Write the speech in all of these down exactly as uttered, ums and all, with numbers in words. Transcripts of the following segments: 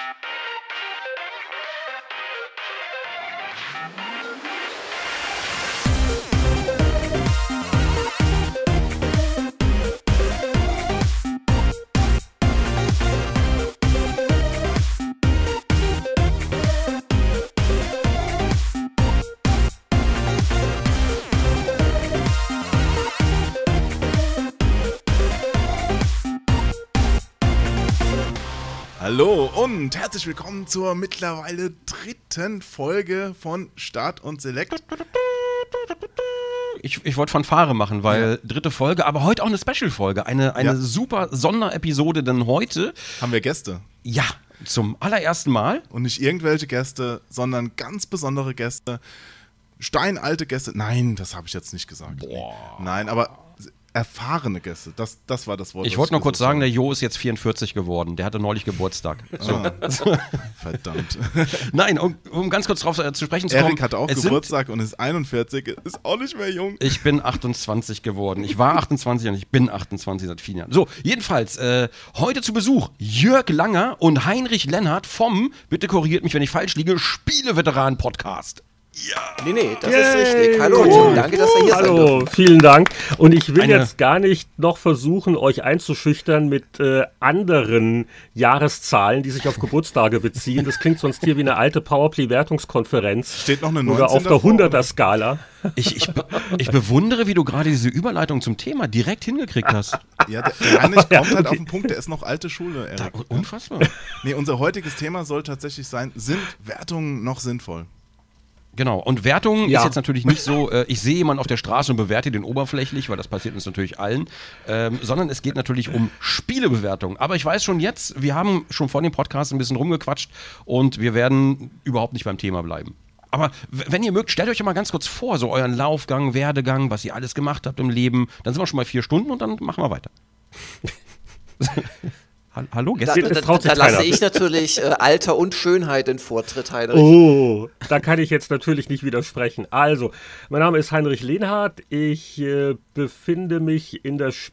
Hallo und herzlich willkommen zur mittlerweile dritten Folge von Start und Select. Ich, ich wollte Fanfare machen, weil ja. dritte Folge, aber heute auch eine Special-Folge, eine, eine ja. super Sonderepisode, denn heute haben wir Gäste. Ja, zum allerersten Mal. Und nicht irgendwelche Gäste, sondern ganz besondere Gäste, steinalte Gäste. Nein, das habe ich jetzt nicht gesagt. Boah. Nein, aber erfahrene Gäste, das, das war das Wort. Ich wollte noch kurz sagen, der Jo ist jetzt vierundvierzig geworden. Der hatte neulich Geburtstag. So. Ah, verdammt. Nein, um, um ganz kurz drauf äh, zu sprechen zu kommen. Erik hat auch Geburtstag und ist einundvierzig, ist auch nicht mehr jung. Ich bin achtundzwanzig geworden. Ich war achtundzwanzig und ich bin achtundzwanzig seit vielen Jahren. So, jedenfalls, äh, heute zu Besuch Jörg Langer und Heinrich Lennart vom, bitte korrigiert mich, wenn ich falsch liege, Spieleveteranen-Podcast. Ja. Nee, nee, das Yay. ist richtig. Hallo, cool. Danke, dass ihr hier Hallo, seid. Hallo, vielen Dank. Und ich will Eine jetzt gar nicht noch versuchen, euch einzuschüchtern mit äh, anderen Jahreszahlen, die sich auf Geburtstage beziehen. Das klingt sonst hier wie eine alte Powerplay-Wertungskonferenz. Steht noch eine Oder auf der hunderter-Skala. Ich, ich, be- ich bewundere, wie du gerade diese Überleitung zum Thema direkt hingekriegt hast. Ja, der, der Heinrich kommt halt okay. auf den Punkt, der ist noch alte Schule, Erik. Da, unfassbar. Nee, unser heutiges Thema soll tatsächlich sein, sind Wertungen noch sinnvoll? Genau, und Wertung ja. ist jetzt natürlich nicht so, äh, ich sehe jemanden auf der Straße und bewerte den oberflächlich, weil das passiert uns natürlich allen, ähm, sondern es geht natürlich um Spielebewertung. Aber ich weiß schon jetzt, wir haben schon vor dem Podcast ein bisschen rumgequatscht und wir werden überhaupt nicht beim Thema bleiben. Aber w- wenn ihr mögt, stellt euch mal ganz kurz vor, so euren Laufgang, Werdegang, was ihr alles gemacht habt im Leben. Dann sind wir schon mal vier Stunden und dann machen wir weiter. Hallo, Gäste? Da, da, da, da lasse ich natürlich äh, Alter und Schönheit den Vortritt, Heinrich. Oh, da kann ich jetzt natürlich nicht widersprechen. Also, mein Name ist Heinrich Lehnhardt. Ich äh, befinde mich in der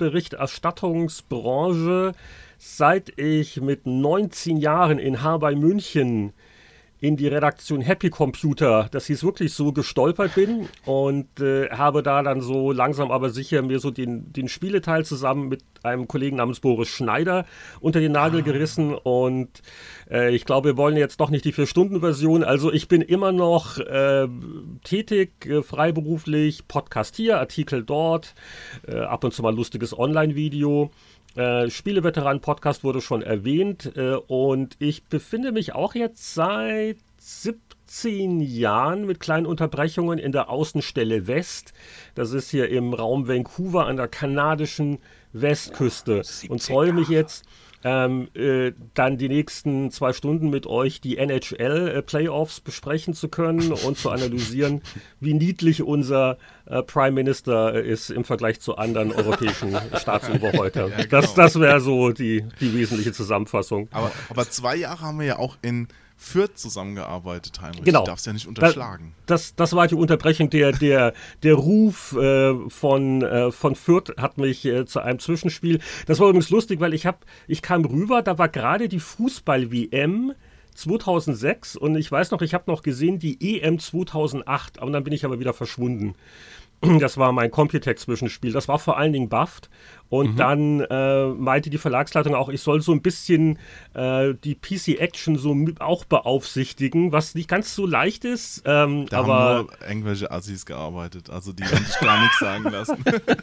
Spieleberichterstattungsbranche, seit ich mit neunzehn Jahren in Haar bei München in die Redaktion Happy Computer, das hieß wirklich so, gestolpert bin und äh, habe da dann so langsam aber sicher mir so den, den Spieleteil zusammen mit einem Kollegen namens Boris Schneider unter den Nagel ah. gerissen und äh, ich glaube, wir wollen jetzt doch nicht die vier-Stunden-Version, also ich bin immer noch äh, tätig, äh, freiberuflich, Podcast hier, Artikel dort, äh, ab und zu mal lustiges Online-Video. Äh, Spieleveteran-Podcast wurde schon erwähnt äh, und ich befinde mich auch jetzt seit siebzehn Jahren mit kleinen Unterbrechungen in der Außenstelle West. Das ist hier im Raum Vancouver an der kanadischen Westküste und freue mich jetzt, ähm, äh, dann die nächsten zwei Stunden mit euch die N H L-Playoffs besprechen zu können und zu analysieren, wie niedlich unser äh, Prime Minister äh, ist im Vergleich zu anderen europäischen Staatsoberhäuptern. Ja, genau. Das, das wäre so die, die wesentliche Zusammenfassung. Aber, aber zwei Jahre haben wir ja auch in Fürth zusammengearbeitet, Heinrich. Genau. Du darfst ja nicht unterschlagen. Das, das war die Unterbrechung. Der, der, der Ruf äh, von, äh, von Fürth hat mich äh, zu einem Zwischenspiel. Das war übrigens lustig, weil ich, hab, ich kam rüber, da war gerade die Fußball-W M zweitausendsechs und ich weiß noch, ich habe noch gesehen die E M zweitausendacht, aber dann bin ich aber wieder verschwunden. Das war mein Computec-Zwischenspiel. Das war vor allen Dingen Bufft. Und mhm. dann äh, meinte die Verlagsleitung auch, ich soll so ein bisschen äh, die P C-Action so auch beaufsichtigen, was nicht ganz so leicht ist. Ähm, da aber haben nur irgendwelche Assis gearbeitet, also die haben sich gar nichts sagen lassen.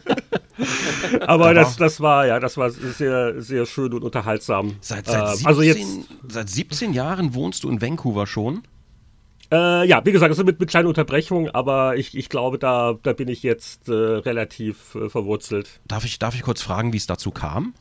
aber das, das war ja, das war sehr, sehr schön und unterhaltsam. Seit, seit, äh, siebzehn, also jetzt, seit siebzehn Jahren wohnst du in Vancouver schon? Äh, ja, wie gesagt, also mit, mit kleinen Unterbrechungen, aber ich, ich glaube, da, da bin ich jetzt äh, relativ äh, verwurzelt. Darf ich, darf ich kurz fragen, wie es dazu kam?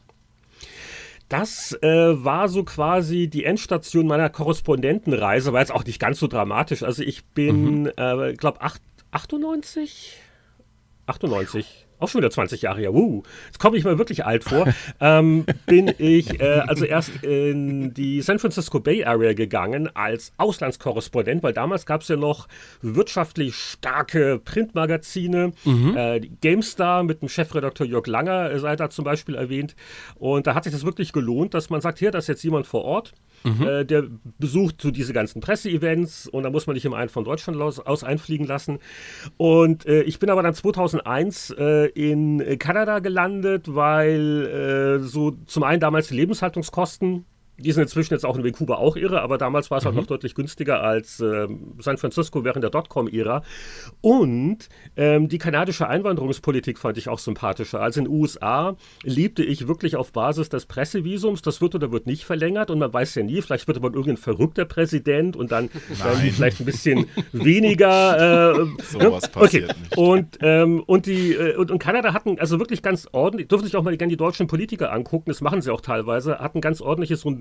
Das äh, war so quasi die Endstation meiner Korrespondentenreise, war jetzt auch nicht ganz so dramatisch. Also ich bin, mhm. äh, ich glaube, achtundneunzig? achtundneunzig auch schon wieder zwanzig Jahre her, uh, jetzt komme ich mir wirklich alt vor, ähm, bin ich äh, also erst in die San Francisco Bay Area gegangen als Auslandskorrespondent, weil damals gab es ja noch wirtschaftlich starke Printmagazine, mhm. äh, die GameStar mit dem Chefredakteur Jörg Langer äh, sei da zum Beispiel erwähnt, und da hat sich das wirklich gelohnt, dass man sagt, hier, da ist jetzt jemand vor Ort, Mhm. Äh, der besucht so diese ganzen Presseevents, und da muss man nicht immer einen von Deutschland aus, aus einfliegen lassen. Und äh, ich bin aber dann zweitausendeins äh, in Kanada gelandet, weil äh, so zum einen damals die Lebenshaltungskosten, die sind inzwischen jetzt auch in Vancouver auch irre, aber damals war es mhm. halt noch deutlich günstiger als äh, San Francisco während der Dotcom-Ära. Und ähm, die kanadische Einwanderungspolitik fand ich auch sympathischer. Also in den U S A lebte ich wirklich auf Basis des Pressevisums. Das wird oder wird nicht verlängert, und man weiß ja nie, vielleicht wird aber irgendein verrückter Präsident und dann ähm, vielleicht ein bisschen weniger. Äh, Sowas passiert okay. nicht. Und, ähm, und, die, äh, und, und Kanada hatten also wirklich ganz ordentlich, dürfen sich auch mal gerne die deutschen Politiker angucken, das machen sie auch teilweise, hatten ganz ordentliches so ein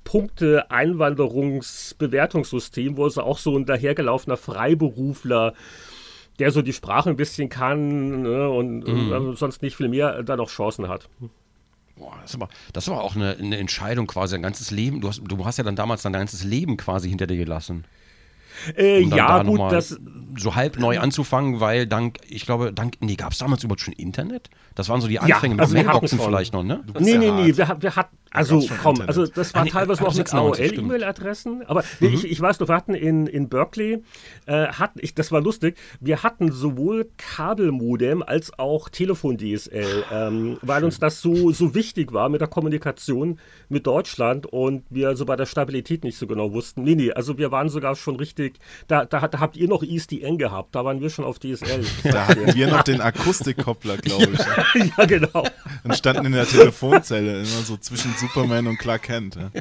Punkte-Einwanderungsbewertungssystem, wo es auch so ein dahergelaufener Freiberufler, der so die Sprache ein bisschen kann, ne, und mhm. äh, sonst nicht viel mehr, da noch Chancen hat. Boah, das ist aber, das ist aber auch eine, eine Entscheidung quasi, ein ganzes Leben. Du hast, du hast ja dann damals dein ganzes Leben quasi hinter dir gelassen. Äh, um dann ja, da gut, noch mal das so halb neu anzufangen, weil dank, ich glaube, dank, nee, gab es damals überhaupt schon Internet? Das waren so die Anfänge ja, also mit Mailboxen vielleicht noch, ne? Nee, nee, nee, wir, wir hatten, also komm, Internet. also das war Ah, nee, teilweise noch mit A O L-E-Mail-Adressen, aber nee, Mhm. ich, ich weiß noch, wir hatten in, in Berkeley, äh, hatten, ich, das war lustig, wir hatten sowohl Kabelmodem als auch Telefon-D S L, ähm, weil uns das so, so wichtig war mit der Kommunikation mit Deutschland und wir so bei der Stabilität nicht so genau wussten. Nee, nee, also wir waren sogar schon richtig, da, da, da habt ihr noch E S D N gehabt, da waren wir schon auf D S L. Da hatten wir noch den Akustikkoppler, glaube ich. Ja, genau. Und standen in der Telefonzelle immer so zwischen Superman und Clark Kent. Ja,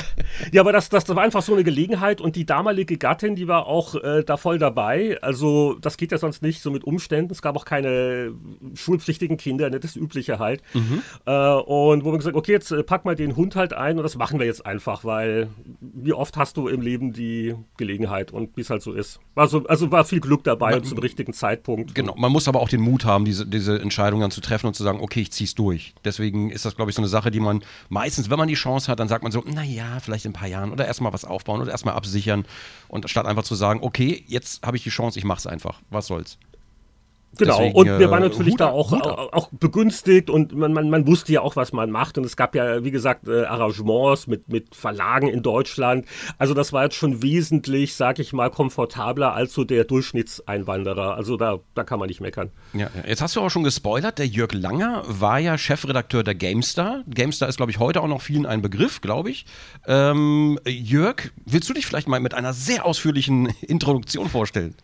ja aber das, das war einfach so eine Gelegenheit, und die damalige Gattin, die war auch äh, da voll dabei. Also das geht ja sonst nicht so mit Umständen. Es gab auch keine schulpflichtigen Kinder, ne, das Übliche halt. Mhm. Äh, und wo wir gesagt, okay, jetzt äh, pack mal den Hund halt ein, und das machen wir jetzt einfach, weil wie oft hast du im Leben die Gelegenheit, und wie es halt so ist. Also, also war viel Glück dabei man, und zum richtigen Zeitpunkt. Genau, man muss aber auch den Mut haben, diese, diese Entscheidung dann zu treffen und zu sagen, okay, ich zieh's durch. Deswegen ist das, glaube ich, so eine Sache, die man meistens, wenn man die Chance hat, dann sagt man so, naja, vielleicht in ein paar Jahren oder erstmal was aufbauen oder erstmal absichern, und statt einfach zu sagen, okay, jetzt habe ich die Chance, ich mach's einfach. Was soll's? Genau, Deswegen, und wir waren äh, natürlich Hut da ab, auch, Hut auch, auch begünstigt, und man, man, man wusste ja auch, was man macht, und es gab ja, wie gesagt, äh, Arrangements mit, mit Verlagen in Deutschland. Also das war jetzt schon wesentlich, sag ich mal, komfortabler als so der Durchschnittseinwanderer. Also da, da kann man nicht meckern. Ja, ja. Jetzt hast du auch schon gespoilert, der Jörg Langer war ja Chefredakteur der GameStar. GameStar ist, glaube ich, heute auch noch vielen ein Begriff, glaube ich. Ähm, Jörg, willst du dich vielleicht mal mit einer sehr ausführlichen Introduktion vorstellen?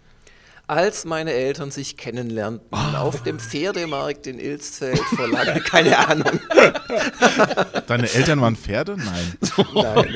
Als meine Eltern sich kennenlernten, oh. auf dem Pferdemarkt in Ilsfeld vor lange, keine Ahnung. Deine Eltern waren Pferde? Nein. Nein.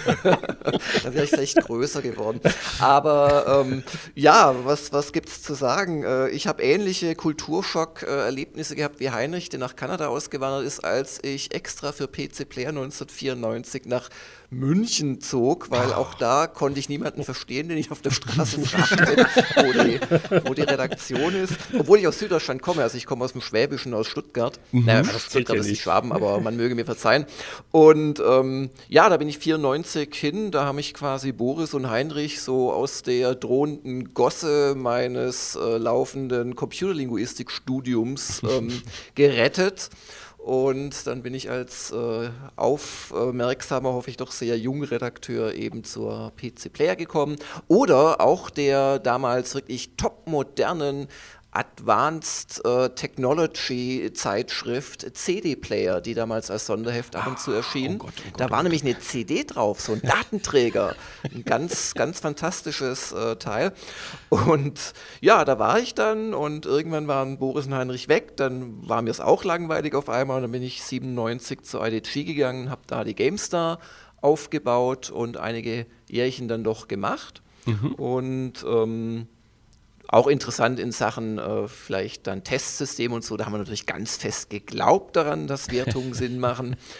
Da wäre ich vielleicht größer geworden. Aber ähm, ja, was, was gibt es zu sagen? Äh, ich habe ähnliche Kulturschock-Erlebnisse gehabt wie Heinrich, der nach Kanada ausgewandert ist, als ich extra für P C Player neunzehnhundertvierundneunzig nach München zog, weil auch da konnte ich niemanden verstehen, den ich auf der Straße fragte, wo die, wo die Redaktion ist. Obwohl ich aus Süddeutschland komme, also ich komme aus dem Schwäbischen, aus Stuttgart. Mhm. Naja, Stuttgart ist nicht Schwaben, aber man möge mir verzeihen. Und ähm, ja, da bin ich vierundneunzig hin, da haben mich quasi Boris und Heinrich so aus der drohenden Gosse meines äh, laufenden Computerlinguistik-Studiums ähm, gerettet. Und dann bin ich als äh, aufmerksamer, hoffe ich doch sehr jung Redakteur eben zur P C Player gekommen. Oder auch der damals wirklich topmodernen Advanced äh, Technology Zeitschrift C D Player, die damals als Sonderheft ab und zu erschien. Oh Gott, oh Gott, da war oh nämlich eine C D drauf, so ein Datenträger. Ein ganz, ganz fantastisches äh, Teil. Und ja, da war ich dann, und irgendwann waren Boris und Heinrich weg. Dann war mir es auch langweilig auf einmal. Und dann bin ich siebenundneunzig zur I D G gegangen, habe da die GameStar aufgebaut und einige Jährchen dann doch gemacht. Mhm. Und ähm, auch interessant in Sachen äh, vielleicht dann Testsystem und so, da haben wir natürlich ganz fest geglaubt daran, dass Wertungen Sinn machen.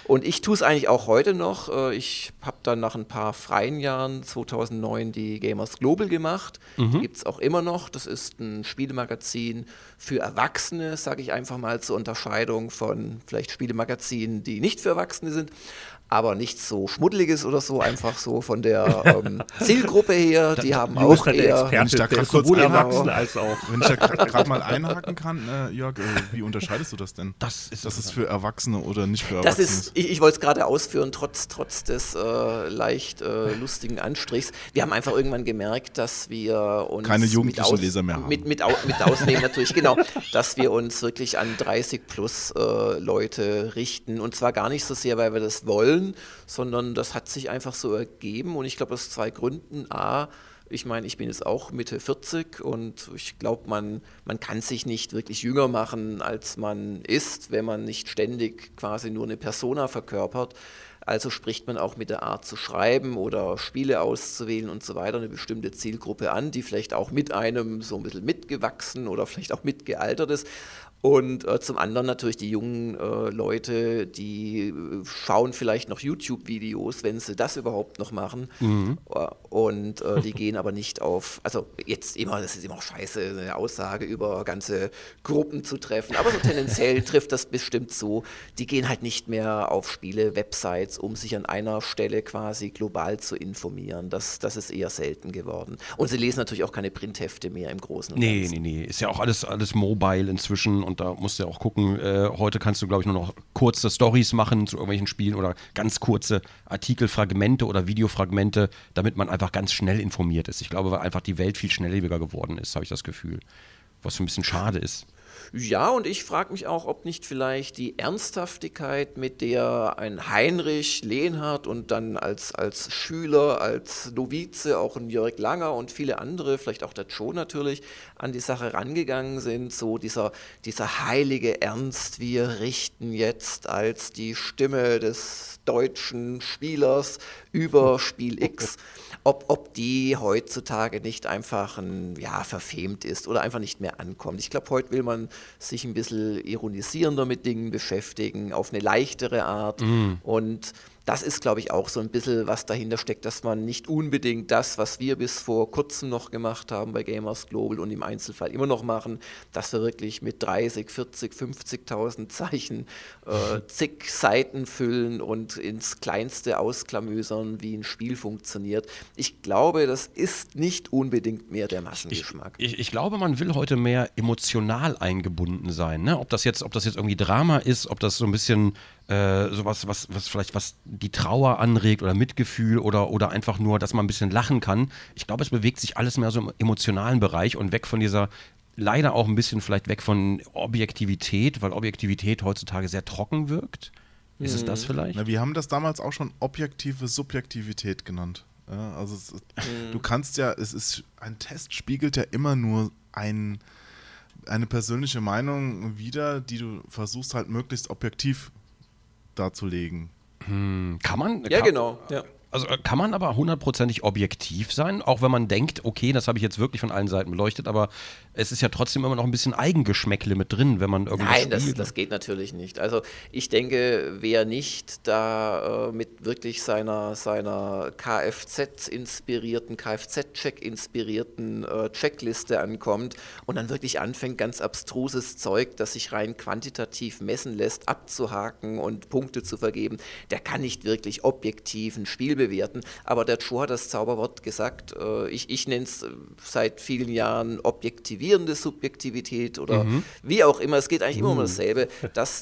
Und ich tue es eigentlich auch heute noch. Äh, ich habe dann nach ein paar freien Jahren zweitausendneun die Gamers Global gemacht. Mhm. Die gibt es auch immer noch. Das ist ein Spielemagazin für Erwachsene, sage ich einfach mal zur Unterscheidung von vielleicht Spielemagazinen, die nicht für Erwachsene sind. Aber nichts so Schmuddeliges oder so, einfach so von der ähm, Zielgruppe her. Die haben auch eher... Wenn ich da gerade kurz einhaken, als auch. Wenn ich da gerade mal einhaken kann, äh, Jörg, äh, wie unterscheidest du das denn? Das ist, das ist für Erwachsene oder nicht für Erwachsene? Das ist, ich, ich wollte es gerade ausführen, trotz, trotz des äh, leicht äh, lustigen Anstrichs. Wir haben einfach irgendwann gemerkt, dass wir uns... Keine jugendlichen aus, Leser mehr haben. Mit, mit, mit Ausnehmen natürlich, genau. Dass wir uns wirklich an dreißig plus äh, Leute richten. Und zwar gar nicht so sehr, weil wir das wollen, sondern das hat sich einfach so ergeben und ich glaube aus zwei Gründen. A, ich meine, ich bin jetzt auch Mitte vierzig und ich glaube, man, man kann sich nicht wirklich jünger machen, als man ist, wenn man nicht ständig quasi nur eine Persona verkörpert. Also spricht man auch mit der Art zu schreiben oder Spiele auszuwählen und so weiter eine bestimmte Zielgruppe an, die vielleicht auch mit einem so ein bisschen mitgewachsen oder vielleicht auch mitgealtert ist. Und äh, zum anderen natürlich die jungen äh, Leute, die äh, schauen vielleicht noch YouTube-Videos, wenn sie das überhaupt noch machen. Mhm. Äh, und äh, die gehen aber nicht auf, also jetzt immer, das ist immer auch scheiße, eine Aussage über ganze Gruppen zu treffen, aber so tendenziell trifft das bestimmt so, die gehen halt nicht mehr auf Spiele-Websites, um sich an einer Stelle quasi global zu informieren. Das, das ist eher selten geworden. Und sie lesen natürlich auch keine Printhefte mehr im Großen und Nee, Ganzen. nee, nee, ist ja auch alles, alles mobile inzwischen. Und da musst du ja auch gucken, äh, heute kannst du, glaube ich, nur noch kurze Storys machen zu irgendwelchen Spielen oder ganz kurze Artikelfragmente oder Videofragmente, damit man einfach ganz schnell informiert ist. Ich glaube, weil einfach die Welt viel schnelllebiger geworden ist, habe ich das Gefühl. Was so ein bisschen schade ist. Ja, und ich frage mich auch, ob nicht vielleicht die Ernsthaftigkeit, mit der ein Heinrich Lehnhardt und dann als, als Schüler, als Novize, auch ein Jörg Langer und viele andere, vielleicht auch der Joe natürlich, an die Sache rangegangen sind, so dieser, dieser heilige Ernst, wir richten jetzt als die Stimme des deutschen Spielers über Spiel X, ob, ob die heutzutage nicht einfach ein, ja, verfemt ist oder einfach nicht mehr ankommt. Ich glaube, heute will man sich ein bisschen ironisierender mit Dingen beschäftigen, auf eine leichtere Art. Mm. Und das ist, glaube ich, auch so ein bisschen, was dahinter steckt, dass man nicht unbedingt das, was wir bis vor kurzem noch gemacht haben bei Gamers Global und im Einzelfall immer noch machen, dass wir wirklich mit dreißig, vierzig, fünfzigtausend Zeichen äh, zig Seiten füllen und ins Kleinste ausklamüsern, wie ein Spiel funktioniert. Ich glaube, das ist nicht unbedingt mehr der Massengeschmack. Ich, ich, ich glaube, man will heute mehr emotional eingebunden sein. Ne? Ob das jetzt, ob das jetzt irgendwie Drama ist, ob das so ein bisschen äh, sowas, was, was vielleicht was die Trauer anregt oder Mitgefühl oder, oder einfach nur, dass man ein bisschen lachen kann. Ich glaube, es bewegt sich alles mehr so im emotionalen Bereich und weg von dieser, leider auch ein bisschen vielleicht weg von Objektivität, weil Objektivität heutzutage sehr trocken wirkt. Ist mhm. es das vielleicht? Na, wir haben das damals auch schon objektive Subjektivität genannt. Ja, also es, mhm. du kannst ja, es ist, ein Test spiegelt ja immer nur ein, eine persönliche Meinung wider, die du versuchst halt möglichst objektiv darzulegen. Hm, kann man? Ja, kann, genau. Ja. Also kann man aber hundertprozentig objektiv sein, auch wenn man denkt, okay, das habe ich jetzt wirklich von allen Seiten beleuchtet, aber es ist ja trotzdem immer noch ein bisschen Eigengeschmäckle mit drin, wenn man irgendwas Nein, das, spielt. das geht natürlich nicht. Also ich denke, wer nicht da äh, mit wirklich seiner, seiner Kfz-inspirierten, Kfz-Check-inspirierten äh, Checkliste ankommt und dann wirklich anfängt, ganz abstruses Zeug, das sich rein quantitativ messen lässt, abzuhaken und Punkte zu vergeben, der kann nicht wirklich objektiv ein Spiel bewerten. Aber der Joe hat das Zauberwort gesagt, äh, ich, ich nenne es seit vielen Jahren objektivierende Subjektivität oder mhm. wie auch immer. Es geht eigentlich immer um dasselbe, dass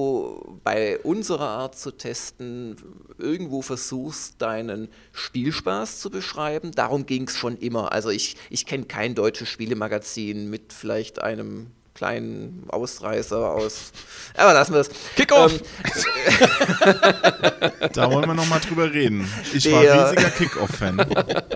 du bei unserer Art zu testen irgendwo versuchst, deinen Spielspaß zu beschreiben. Darum ging es schon immer. Also ich, ich kenne kein deutsches Spielemagazin mit vielleicht einem kleinen Ausreißer aus. Aber lassen wir das. Kickoff! Ähm, da wollen wir nochmal drüber reden. Ich der, war riesiger Kickoff-Fan.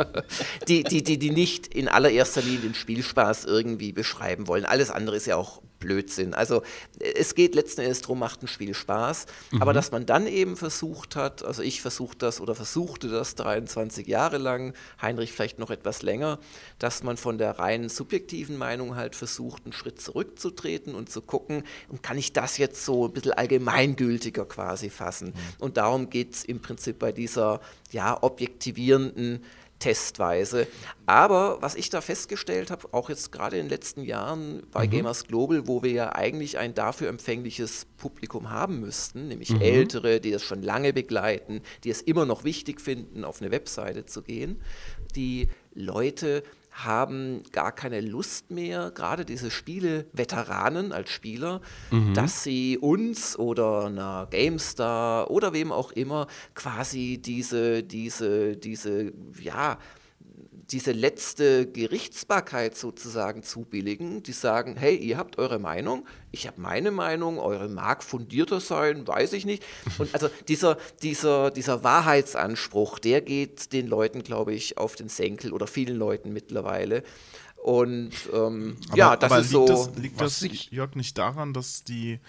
Die, die, die, die nicht in allererster Linie den Spielspaß irgendwie beschreiben wollen. Alles andere ist ja auch Blödsinn. Also es geht letzten Endes darum, macht ein Spiel Spaß, mhm. aber dass man dann eben versucht hat, also ich versuchte das oder versuchte das dreiundzwanzig Jahre lang, Heinrich vielleicht noch etwas länger, dass man von der reinen subjektiven Meinung halt versucht, einen Schritt zurückzutreten und zu gucken, und kann ich das jetzt so ein bisschen allgemeingültiger quasi fassen. Mhm. Und darum geht es im Prinzip bei dieser ja, objektivierenden Testweise. Aber was ich da festgestellt habe, auch jetzt gerade in den letzten Jahren bei mhm. Gamers Global, wo wir ja eigentlich ein dafür empfängliches Publikum haben müssten, nämlich mhm. Ältere, die das schon lange begleiten, die es immer noch wichtig finden, auf eine Webseite zu gehen, die Leute haben gar keine Lust mehr, gerade diese Spiele-Veteranen als Spieler, mhm. dass sie uns oder einer GameStar oder wem auch immer quasi diese, diese, diese, ja, diese letzte Gerichtsbarkeit sozusagen zubilligen, die sagen, hey, ihr habt eure Meinung, ich habe meine Meinung, eure mag fundierter sein, weiß ich nicht. Und also dieser, dieser, dieser Wahrheitsanspruch, der geht den Leuten, glaube ich, auf den Senkel oder vielen Leuten mittlerweile. Und ähm, aber, ja, das aber ist liegt so. Das, liegt das, Jörg, nicht daran, dass die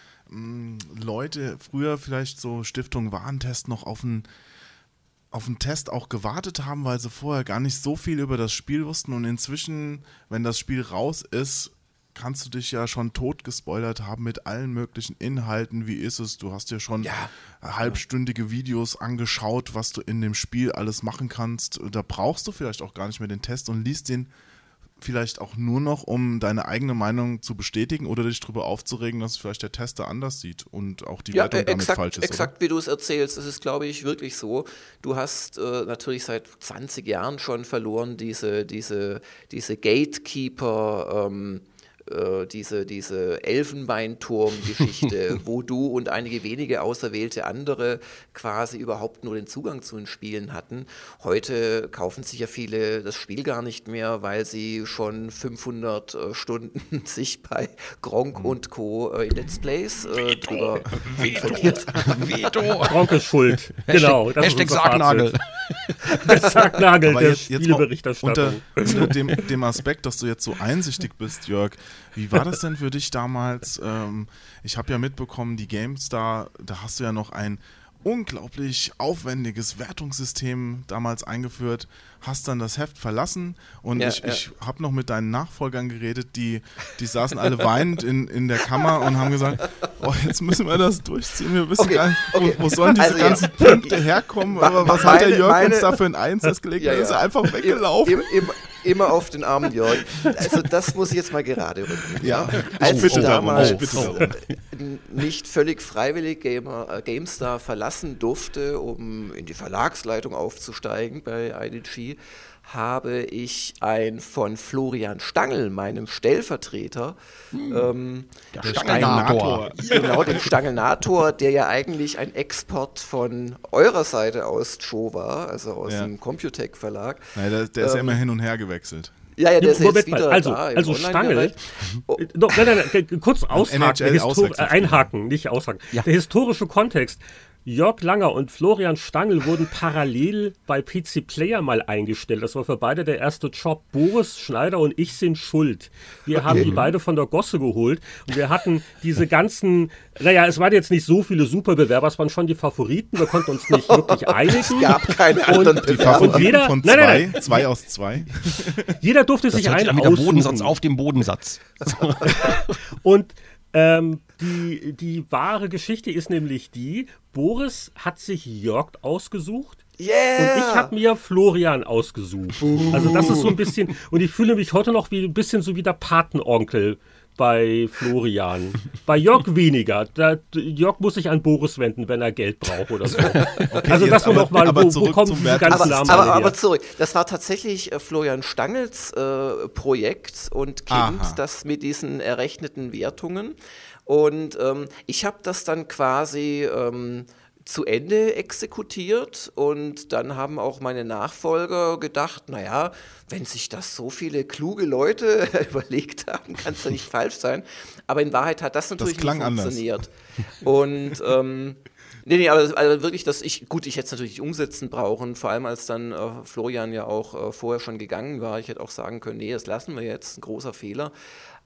mh, Leute früher vielleicht so Stiftung Warentest noch auf ein auf den Test auch gewartet haben, weil sie vorher gar nicht so viel über das Spiel wussten, und inzwischen, wenn das Spiel raus ist, kannst du dich ja schon tot gespoilert haben mit allen möglichen Inhalten. Wie ist es? Du hast dir schon ja. halbstündige Videos angeschaut, was du in dem Spiel alles machen kannst. Da brauchst du vielleicht auch gar nicht mehr den Test und liest den vielleicht auch nur noch, um deine eigene Meinung zu bestätigen oder dich darüber aufzuregen, dass vielleicht der Tester anders sieht und auch die ja, Wertung äh, damit exakt, falsch ist. Exakt, oder? wie du es erzählst, das ist, glaube ich, wirklich so. Du hast äh, natürlich seit zwanzig Jahren schon verloren, diese, diese, diese Gatekeeper, ähm, äh, diese, diese Elfenbeinturm-Geschichte, wo du und einige wenige auserwählte andere quasi überhaupt nur den Zugang zu den Spielen hatten. Heute kaufen sich ja viele das Spiel gar nicht mehr, weil sie schon fünfhundert äh, Stunden sich bei Gronkh und Co. Äh, in Let's Plays äh, drüber informiert haben. Veto! Gronkh ist schuld. Genau. Das Hashtag ist unser Sargnagel. Der Sargnagel Aber der jetzt, jetzt mal Spieleberichterstattung. unter, unter dem, dem Aspekt, dass du jetzt so einsichtig bist, Jörg, wie war das denn für dich damals? Ähm, ich habe ja mitbekommen, die GameStar, da hast du ja noch ein unglaublich aufwendiges Wertungssystem damals eingeführt, hast dann das Heft verlassen und Ja, ich, ja. ich habe noch mit deinen Nachfolgern geredet, die, die saßen alle weinend in, in der Kammer und haben gesagt, oh, jetzt müssen wir das durchziehen, wir wissen Okay, gar nicht, okay. wo, wo sollen diese Also ganzen jetzt- Punkte herkommen, aber was hat der Meine- Jörg meine- uns da für einen Einsatz gelegt, Ja, da ist ja. er einfach weggelaufen. Immer, immer, immer auf den armen Jörg. Also das muss ich jetzt mal gerade rücken. Ja, Als ich bitte ich darum, damals ich bitte darum. n- nicht völlig freiwillig Gamer, äh, GameStar verlassen durfte, um in die Verlagsleitung aufzusteigen bei I D G, habe ich ein von Florian Stangl, meinem Stellvertreter, ähm, Der Der Stangenator. genau, den Stangelnator, der ja eigentlich ein Export von eurer Seite aus Joe war, also aus Ja. dem Computec Verlag. Nein, der, der ist ja Ähm, immer hin und her gewechselt. Ja, ja, der ist jetzt Moment mal, wieder also, da im also Stangl, Online-Bereich. Oh, Äh, Doch, nein, nein, nein, kurz aushaken, N H L der Histor- äh, Auswechselspieler. einhaken, nicht aushaken. Ja. Der historische Kontext. Jörg Langer und Florian Stangl wurden parallel bei P C Player mal eingestellt. Das war für beide der erste Job. Boris Schneider und ich sind schuld. Wir haben die beide von der Gosse geholt und wir hatten diese ganzen, naja, es waren jetzt nicht so viele Superbewerber, es waren schon die Favoriten. Wir konnten uns nicht wirklich einigen. Es gab keine anderen Die Bewerber. Favoriten jeder- von nein, zwei, nein, nein. zwei aus zwei. Jeder durfte Das sich hört sich einen an wie der Bodensatz aussuchen. auf dem Bodensatz. Und ähm, die, die wahre Geschichte ist nämlich die, Boris hat sich Jörg ausgesucht. Yeah! Und ich habe mir Florian ausgesucht. Also das ist so ein bisschen, und ich fühle mich heute noch wie ein bisschen so wie der Patenonkel bei Florian. Bei Jörg weniger. Da, Jörg muss sich an Boris wenden, wenn er Geld braucht oder so. also jetzt das nur aber- noch mal, aber wo, wo zurück kommen zum diese Wert- ganzen aber, Namen aber, alle her? aber zurück, das war tatsächlich äh, Florian Stangls äh, Projekt und Kind, Aha. das mit diesen errechneten Wertungen. Und ähm, ich habe das dann quasi ähm, zu Ende exekutiert und dann haben auch meine Nachfolger gedacht, naja, wenn sich das so viele kluge Leute überlegt haben, kann es ja nicht falsch sein. Aber in Wahrheit hat das natürlich klang nicht anders. funktioniert. Und ähm, Nee, nee, aber also wirklich, dass ich, gut, ich hätte es natürlich umsetzen brauchen, vor allem als dann äh, Florian ja auch äh, vorher schon gegangen war. Ich hätte auch sagen können, nee, das lassen wir jetzt, ein großer Fehler.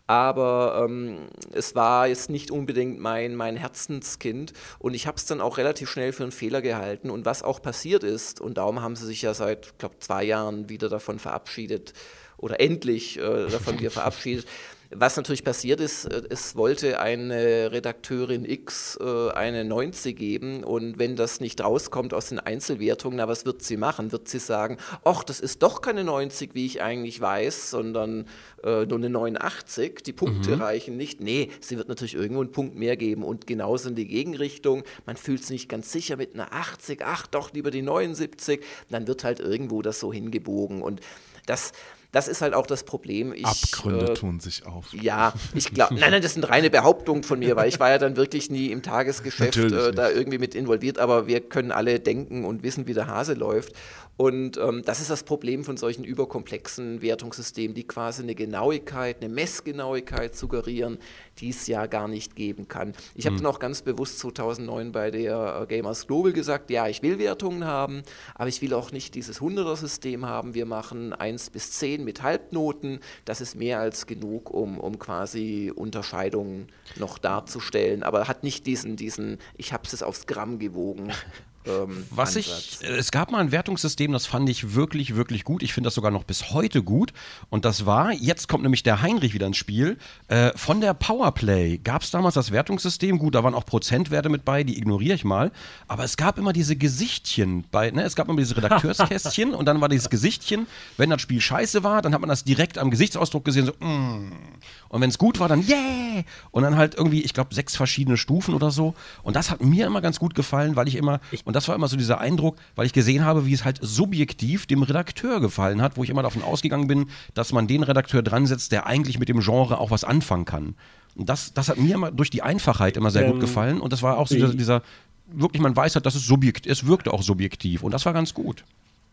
aber ähm, es war jetzt nicht unbedingt mein, mein Herzenskind und ich habe es dann auch relativ schnell für einen Fehler gehalten und was auch passiert ist und darum haben sie sich ja seit, ich glaube, zwei Jahren wieder davon verabschiedet oder endlich äh, davon wieder verabschiedet. Was natürlich passiert ist, es wollte eine Redakteurin X äh, eine neunzig geben und wenn das nicht rauskommt aus den Einzelwertungen, na was wird sie machen? Wird sie sagen, ach, das ist doch keine neunzig, wie ich eigentlich weiß, sondern äh, nur eine neunundachtzig, die Punkte mhm. reichen nicht? Nee, sie wird natürlich irgendwo einen Punkt mehr geben und genauso in die Gegenrichtung, man fühlt sich nicht ganz sicher mit einer achtzig, ach doch, lieber die neunundsiebzig, dann wird halt irgendwo das so hingebogen und das... Das ist halt auch das Problem. Ich, Abgründe äh, tun sich auf. Ja, ich glaube, nein, nein, das sind reine Behauptungen von mir, weil ich war ja dann wirklich nie im Tagesgeschäft äh, da irgendwie mit involviert, aber wir können alle denken und wissen, wie der Hase läuft. Und ähm, das ist das Problem von solchen überkomplexen Wertungssystemen, die quasi eine Genauigkeit, eine Messgenauigkeit suggerieren, die es ja gar nicht geben kann. Ich habe mhm. dann auch ganz bewusst zweitausendneun bei der äh, Gamers Global gesagt, ja, ich will Wertungen haben, aber ich will auch nicht dieses Hunderter-System haben. Wir machen eins bis zehn mit Halbnoten. Das ist mehr als genug, um, um quasi Unterscheidungen noch darzustellen, aber hat nicht diesen, diesen ich habe es aufs Gramm gewogen. Ähm, Was ich, es gab mal ein Wertungssystem, das fand ich wirklich, wirklich gut. Ich finde das sogar noch bis heute gut. Und das war, jetzt kommt nämlich der Heinrich wieder ins Spiel, äh, von der Powerplay gab es damals das Wertungssystem. Gut, da waren auch Prozentwerte mit bei, die ignoriere ich mal. Aber es gab immer diese Gesichtchen bei, ne? Es gab immer diese Redakteurskästchen und dann war dieses Gesichtchen. Wenn das Spiel scheiße war, dann hat man das direkt am Gesichtsausdruck gesehen, so, mm. Und wenn es gut war, dann yeah! Und dann halt irgendwie, ich glaube, sechs verschiedene Stufen oder so. Und das hat mir immer ganz gut gefallen, weil ich immer, und das war immer so dieser Eindruck, weil ich gesehen habe, wie es halt subjektiv dem Redakteur gefallen hat, wo ich immer davon ausgegangen bin, dass man den Redakteur dran setzt, der eigentlich mit dem Genre auch was anfangen kann. Und das, das hat mir immer durch die Einfachheit immer sehr ähm, gut gefallen. Und das war auch so dieser, dieser, wirklich, man weiß halt, dass es subjektiv, es wirkte auch subjektiv. Und das war ganz gut.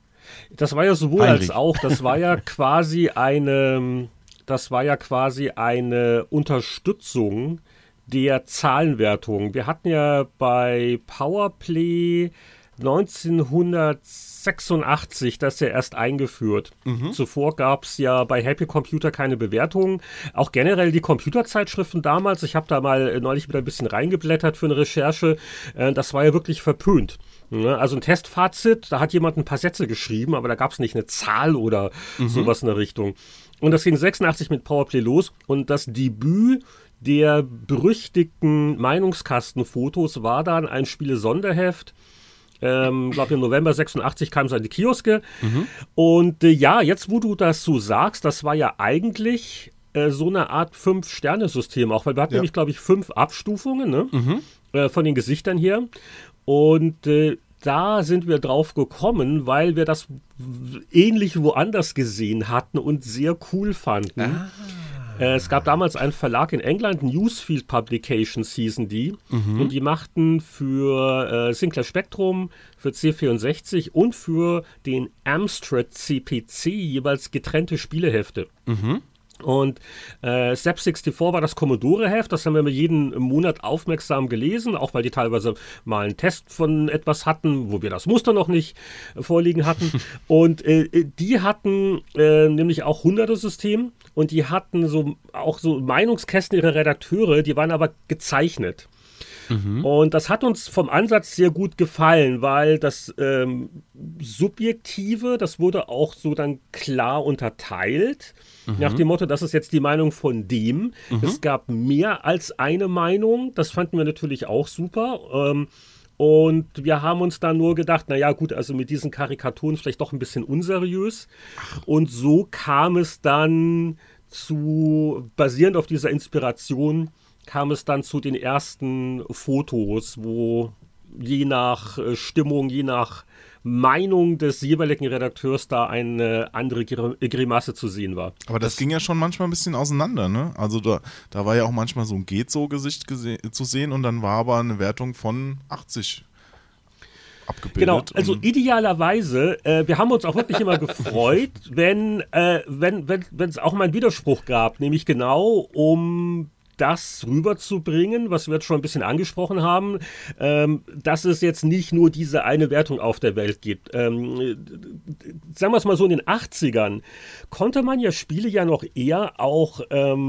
Das war ja sowohl Heinrich. als auch, das war ja quasi eine, das war ja quasi eine Unterstützung der Zahlenwertung. Wir hatten ja bei Powerplay neunzehnhundertsechsundachtzig das ja erst eingeführt. Mhm. Zuvor gab es ja bei Happy Computer keine Bewertungen. Auch generell die Computerzeitschriften damals, ich habe da mal neulich wieder ein bisschen reingeblättert für eine Recherche, äh, das war ja wirklich verpönt. Also ein Testfazit, da hat jemand ein paar Sätze geschrieben, aber da gab es nicht eine Zahl oder mhm. sowas in der Richtung. Und das ging sechsundachtzig mit Powerplay los und das Debüt der berüchtigten Meinungskastenfotos war dann ein Spiele-Sonderheft. Ich ähm, glaube, im November sechsundachtzig kam es an die Kioske. Mhm. Und äh, ja, jetzt, wo du das so sagst, das war ja eigentlich äh, so eine Art Fünf-Sterne-System auch, weil wir hatten ja. nämlich, glaube ich, fünf Abstufungen, ne? mhm. äh, von den Gesichtern her. Und äh, da sind wir drauf gekommen, weil wir das ähnlich woanders gesehen hatten und sehr cool fanden. Ah. Es gab damals einen Verlag in England, Newsfield Publications hießen die, mhm. und die machten für äh, Sinclair Spectrum, für C vierundsechzig und für den Amstrad C P C jeweils getrennte Spielehefte. Mhm. Und äh, S A P vierundsechzig war das Commodore-Heft, das haben wir jeden Monat aufmerksam gelesen, auch weil die teilweise mal einen Test von etwas hatten, wo wir das Muster noch nicht äh, vorliegen hatten. Und äh, die hatten äh, nämlich auch Hunderte-System und die hatten so auch so Meinungskästen ihrer Redakteure, die waren aber gezeichnet. Mhm. Und das hat uns vom Ansatz sehr gut gefallen, weil das ähm, Subjektive, das wurde auch so dann klar unterteilt, mhm. nach dem Motto, das ist jetzt die Meinung von dem. Mhm. Es gab mehr als eine Meinung, das fanden wir natürlich auch super. Ähm, und wir haben uns dann nur gedacht, naja gut, also mit diesen Karikaturen vielleicht doch ein bisschen unseriös. Und so kam es dann zu, basierend auf dieser Inspiration, kam es dann zu den ersten Fotos, wo je nach äh, Stimmung, je nach Meinung des jeweiligen Redakteurs da eine andere Grimasse zu sehen war. Aber das, das ging ja schon manchmal ein bisschen auseinander, ne? Also da, da war ja auch manchmal so ein Geht-so-Gesicht zu sehen und dann war aber eine Wertung von achtzig abgebildet. Genau, also idealerweise, äh, wir haben uns auch wirklich immer gefreut, wenn äh, wenn wenn wenn es auch mal einen Widerspruch gab, nämlich genau um das rüberzubringen, was wir jetzt schon ein bisschen angesprochen haben, ähm, dass es jetzt nicht nur diese eine Wertung auf der Welt gibt. Ähm, sagen wir es mal so, in den achtzigern konnte man ja Spiele ja noch eher auch ähm,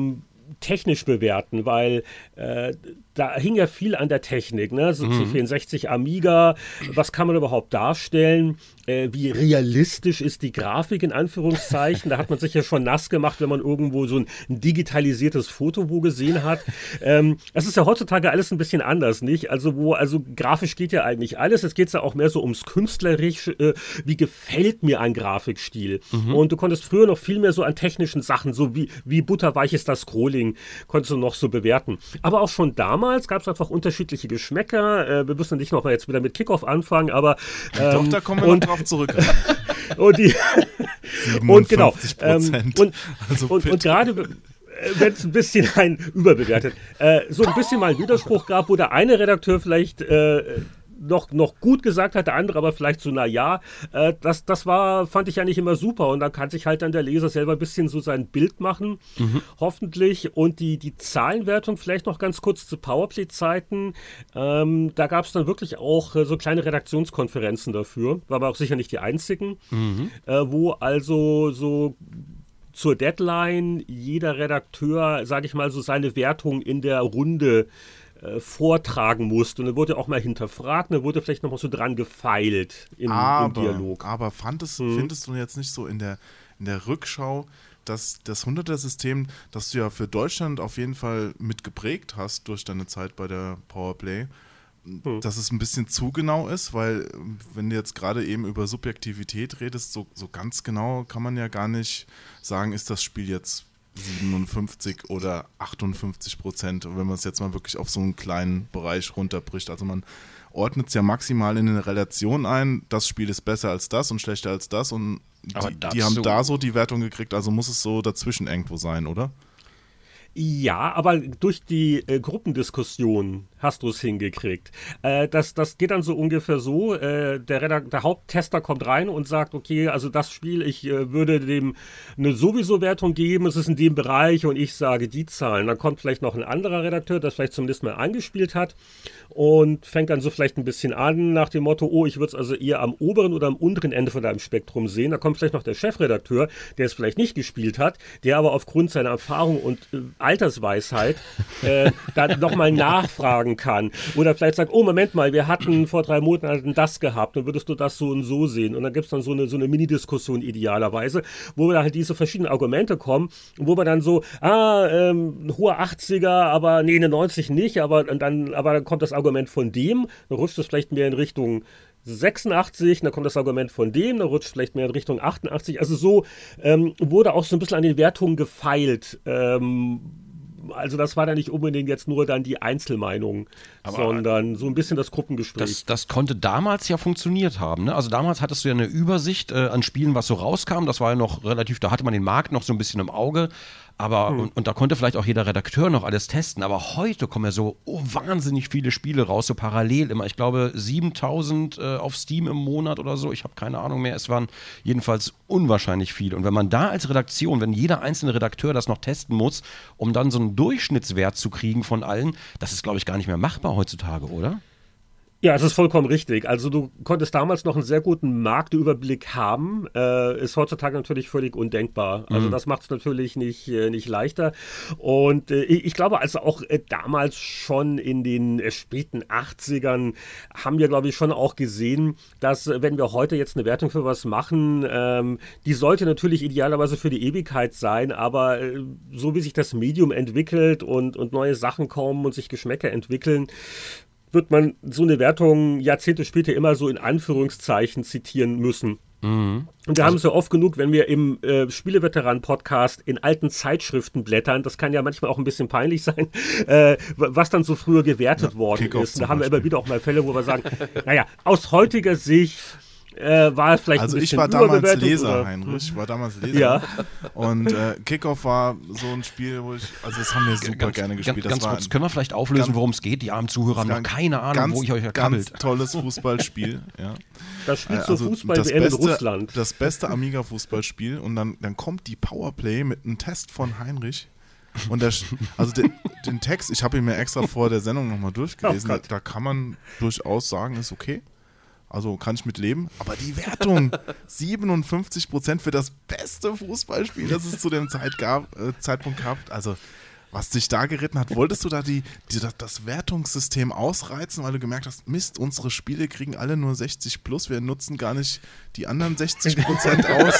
technisch bewerten, weil äh, da hing ja viel an der Technik, ne? So mhm. C vierundsechzig, Amiga, was kann man überhaupt darstellen? Äh, wie realistisch ist die Grafik in Anführungszeichen? Da hat man sich ja schon nass gemacht, wenn man irgendwo so ein, ein digitalisiertes Foto wo gesehen hat. Ähm, das ist ja heutzutage alles ein bisschen anders, nicht? Also wo, also grafisch geht ja eigentlich alles. Es geht ja auch mehr so ums Künstlerische. Äh, wie gefällt mir ein Grafikstil? Mhm. Und du konntest früher noch viel mehr so an technischen Sachen, so wie, wie butterweich ist das Scrolling, konntest du noch so bewerten. Aber auch schon damals gab es einfach unterschiedliche Geschmäcker. Äh, wir müssen nicht noch mal jetzt wieder mit Kickoff anfangen, aber ähm, doch, da kommen wir und, noch drauf zurück. und die und genau ähm, und, also und, und gerade wenn es ein bisschen ein überbewertet, äh, so ein bisschen mal einen Widerspruch gab, wo der eine Redakteur vielleicht äh, noch, noch gut gesagt hat, der andere aber vielleicht so, na ja, äh, das, das war, fand ich ja nicht immer super und da kann sich halt dann der Leser selber ein bisschen so sein Bild machen, mhm. hoffentlich. Und die, die Zahlenwertung vielleicht noch ganz kurz zu Powerplay-Zeiten, ähm, da gab es dann wirklich auch äh, so kleine Redaktionskonferenzen dafür, war aber auch sicher nicht die einzigen, mhm. äh, wo also so zur Deadline jeder Redakteur, sage ich mal, so seine Wertung in der Runde vortragen musste. Und dann wurde auch mal hinterfragt, und dann wurde vielleicht noch mal so dran gefeilt im, aber, im Dialog. Aber fandest, hm. findest du jetzt nicht so in der, in der Rückschau, dass das hunderter-System, das du ja für Deutschland auf jeden Fall mit geprägt hast durch deine Zeit bei der Powerplay, hm. dass es ein bisschen zu genau ist, weil wenn du jetzt gerade eben über Subjektivität redest, so, so ganz genau kann man ja gar nicht sagen, ist das Spiel jetzt siebenundfünfzig oder achtundfünfzig Prozent, wenn man es jetzt mal wirklich auf so einen kleinen Bereich runterbricht. Also man ordnet es ja maximal in eine Relation ein, das Spiel ist besser als das und schlechter als das und die, die haben da so die Wertung gekriegt, also muss es so dazwischen irgendwo sein, oder? Ja, aber durch die äh, Gruppendiskussion hast du es hingekriegt. Äh, das, das geht dann so ungefähr so, äh, der, Redak- der Haupttester kommt rein und sagt, okay, also das Spiel, ich äh, würde dem eine Sowieso-Wertung geben, es ist in dem Bereich und ich sage die Zahlen. Dann kommt vielleicht noch ein anderer Redakteur, der vielleicht zumindest mal eingespielt hat und fängt dann so vielleicht ein bisschen an nach dem Motto, oh, ich würde es also eher am oberen oder am unteren Ende von deinem Spektrum sehen. Da kommt vielleicht noch der Chefredakteur, der es vielleicht nicht gespielt hat, der aber aufgrund seiner Erfahrung und äh, Altersweisheit äh, da nochmal nachfragen kann. Oder vielleicht sagt, oh, Moment mal, wir hatten vor drei Monaten das gehabt, dann würdest du das so und so sehen. Und dann gibt es dann so eine, so eine Mini-Diskussion idealerweise, wo da halt diese verschiedenen Argumente kommen und wo man dann so, ah, ähm, ein hoher achtziger, aber nee, eine neunzig nicht, aber dann, aber dann kommt das Argument von dem, dann rutscht es vielleicht mehr in Richtung sechsundachtzig, dann kommt das Argument von dem, dann rutscht vielleicht mehr in Richtung achtundachtzig. Also so ähm, wurde auch so ein bisschen an den Wertungen gefeilt. Ähm, also das war dann nicht unbedingt jetzt nur dann die Einzelmeinung, aber sondern so ein bisschen das Gruppengespräch. Das, das konnte damals ja funktioniert haben, ne? Also damals hattest du ja eine Übersicht äh, an Spielen, was so rauskam. Das war ja noch relativ, da hatte man den Markt noch so ein bisschen im Auge. Aber, hm. und, und da konnte vielleicht auch jeder Redakteur noch alles testen. Aber heute kommen ja so oh, wahnsinnig viele Spiele raus, so parallel immer. Ich glaube siebentausend äh, auf Steam im Monat oder so. Ich habe keine Ahnung mehr. Es waren jedenfalls unwahrscheinlich viele. Und wenn man da als Redaktion, wenn jeder einzelne Redakteur das noch testen muss, um dann so einen Durchschnittswert zu kriegen von allen, das ist, glaube ich, gar nicht mehr machbar heutzutage, oder? Ja, es ist vollkommen richtig. Also du konntest damals noch einen sehr guten Marktüberblick haben, äh, ist heutzutage natürlich völlig undenkbar. Also mhm. das macht es natürlich nicht, äh, nicht leichter. Und äh, ich glaube, also auch äh, damals schon in den äh, späten achtzigern haben wir, glaube ich, schon auch gesehen, dass äh, wenn wir heute jetzt eine Wertung für was machen, ähm, die sollte natürlich idealerweise für die Ewigkeit sein, aber äh, so wie sich das Medium entwickelt und, und neue Sachen kommen und sich Geschmäcker entwickeln, wird man so eine Wertung Jahrzehnte später immer so in Anführungszeichen zitieren müssen. Mhm. Und wir also, haben es ja oft genug, wenn wir im äh, Spieleveteranen-Podcast in alten Zeitschriften blättern, das kann ja manchmal auch ein bisschen peinlich sein, äh, was dann so früher gewertet ja, worden ist. Und da haben wir immer wieder auch mal Fälle, wo wir sagen, naja, aus heutiger Sicht Äh, war vielleicht also ein bisschen ich war damals Leser, oder? Heinrich, ich war damals Leser. Ja. Und äh, Kickoff war so ein Spiel, wo ich, also das haben wir super ganz, gerne gespielt. Ganz, das ganz kurz, können wir vielleicht auflösen, worum es geht? Die armen Zuhörer haben noch keine Ahnung, ganz, wo ich euch erkabbelt. Ganz tolles Fußballspiel, ja. Das spielt so also Fußball W M in Russland. Das beste Amiga-Fußballspiel und dann, dann kommt die Powerplay mit einem Test von Heinrich. Und der, also den, den Text, ich habe ihn mir extra vor der Sendung nochmal durchgelesen, oh da, da kann man durchaus sagen, ist okay. Also kann ich mit leben. Aber die Wertung, siebenundfünfzig Prozent für das beste Fußballspiel, das es zu dem Zeit gab, äh, Zeitpunkt gab. Also was dich da geritten hat? Wolltest du da die, die, das, das Wertungssystem ausreizen, weil du gemerkt hast, Mist, unsere Spiele kriegen alle nur sechzig plus, wir nutzen gar nicht die anderen sechzig Prozent aus?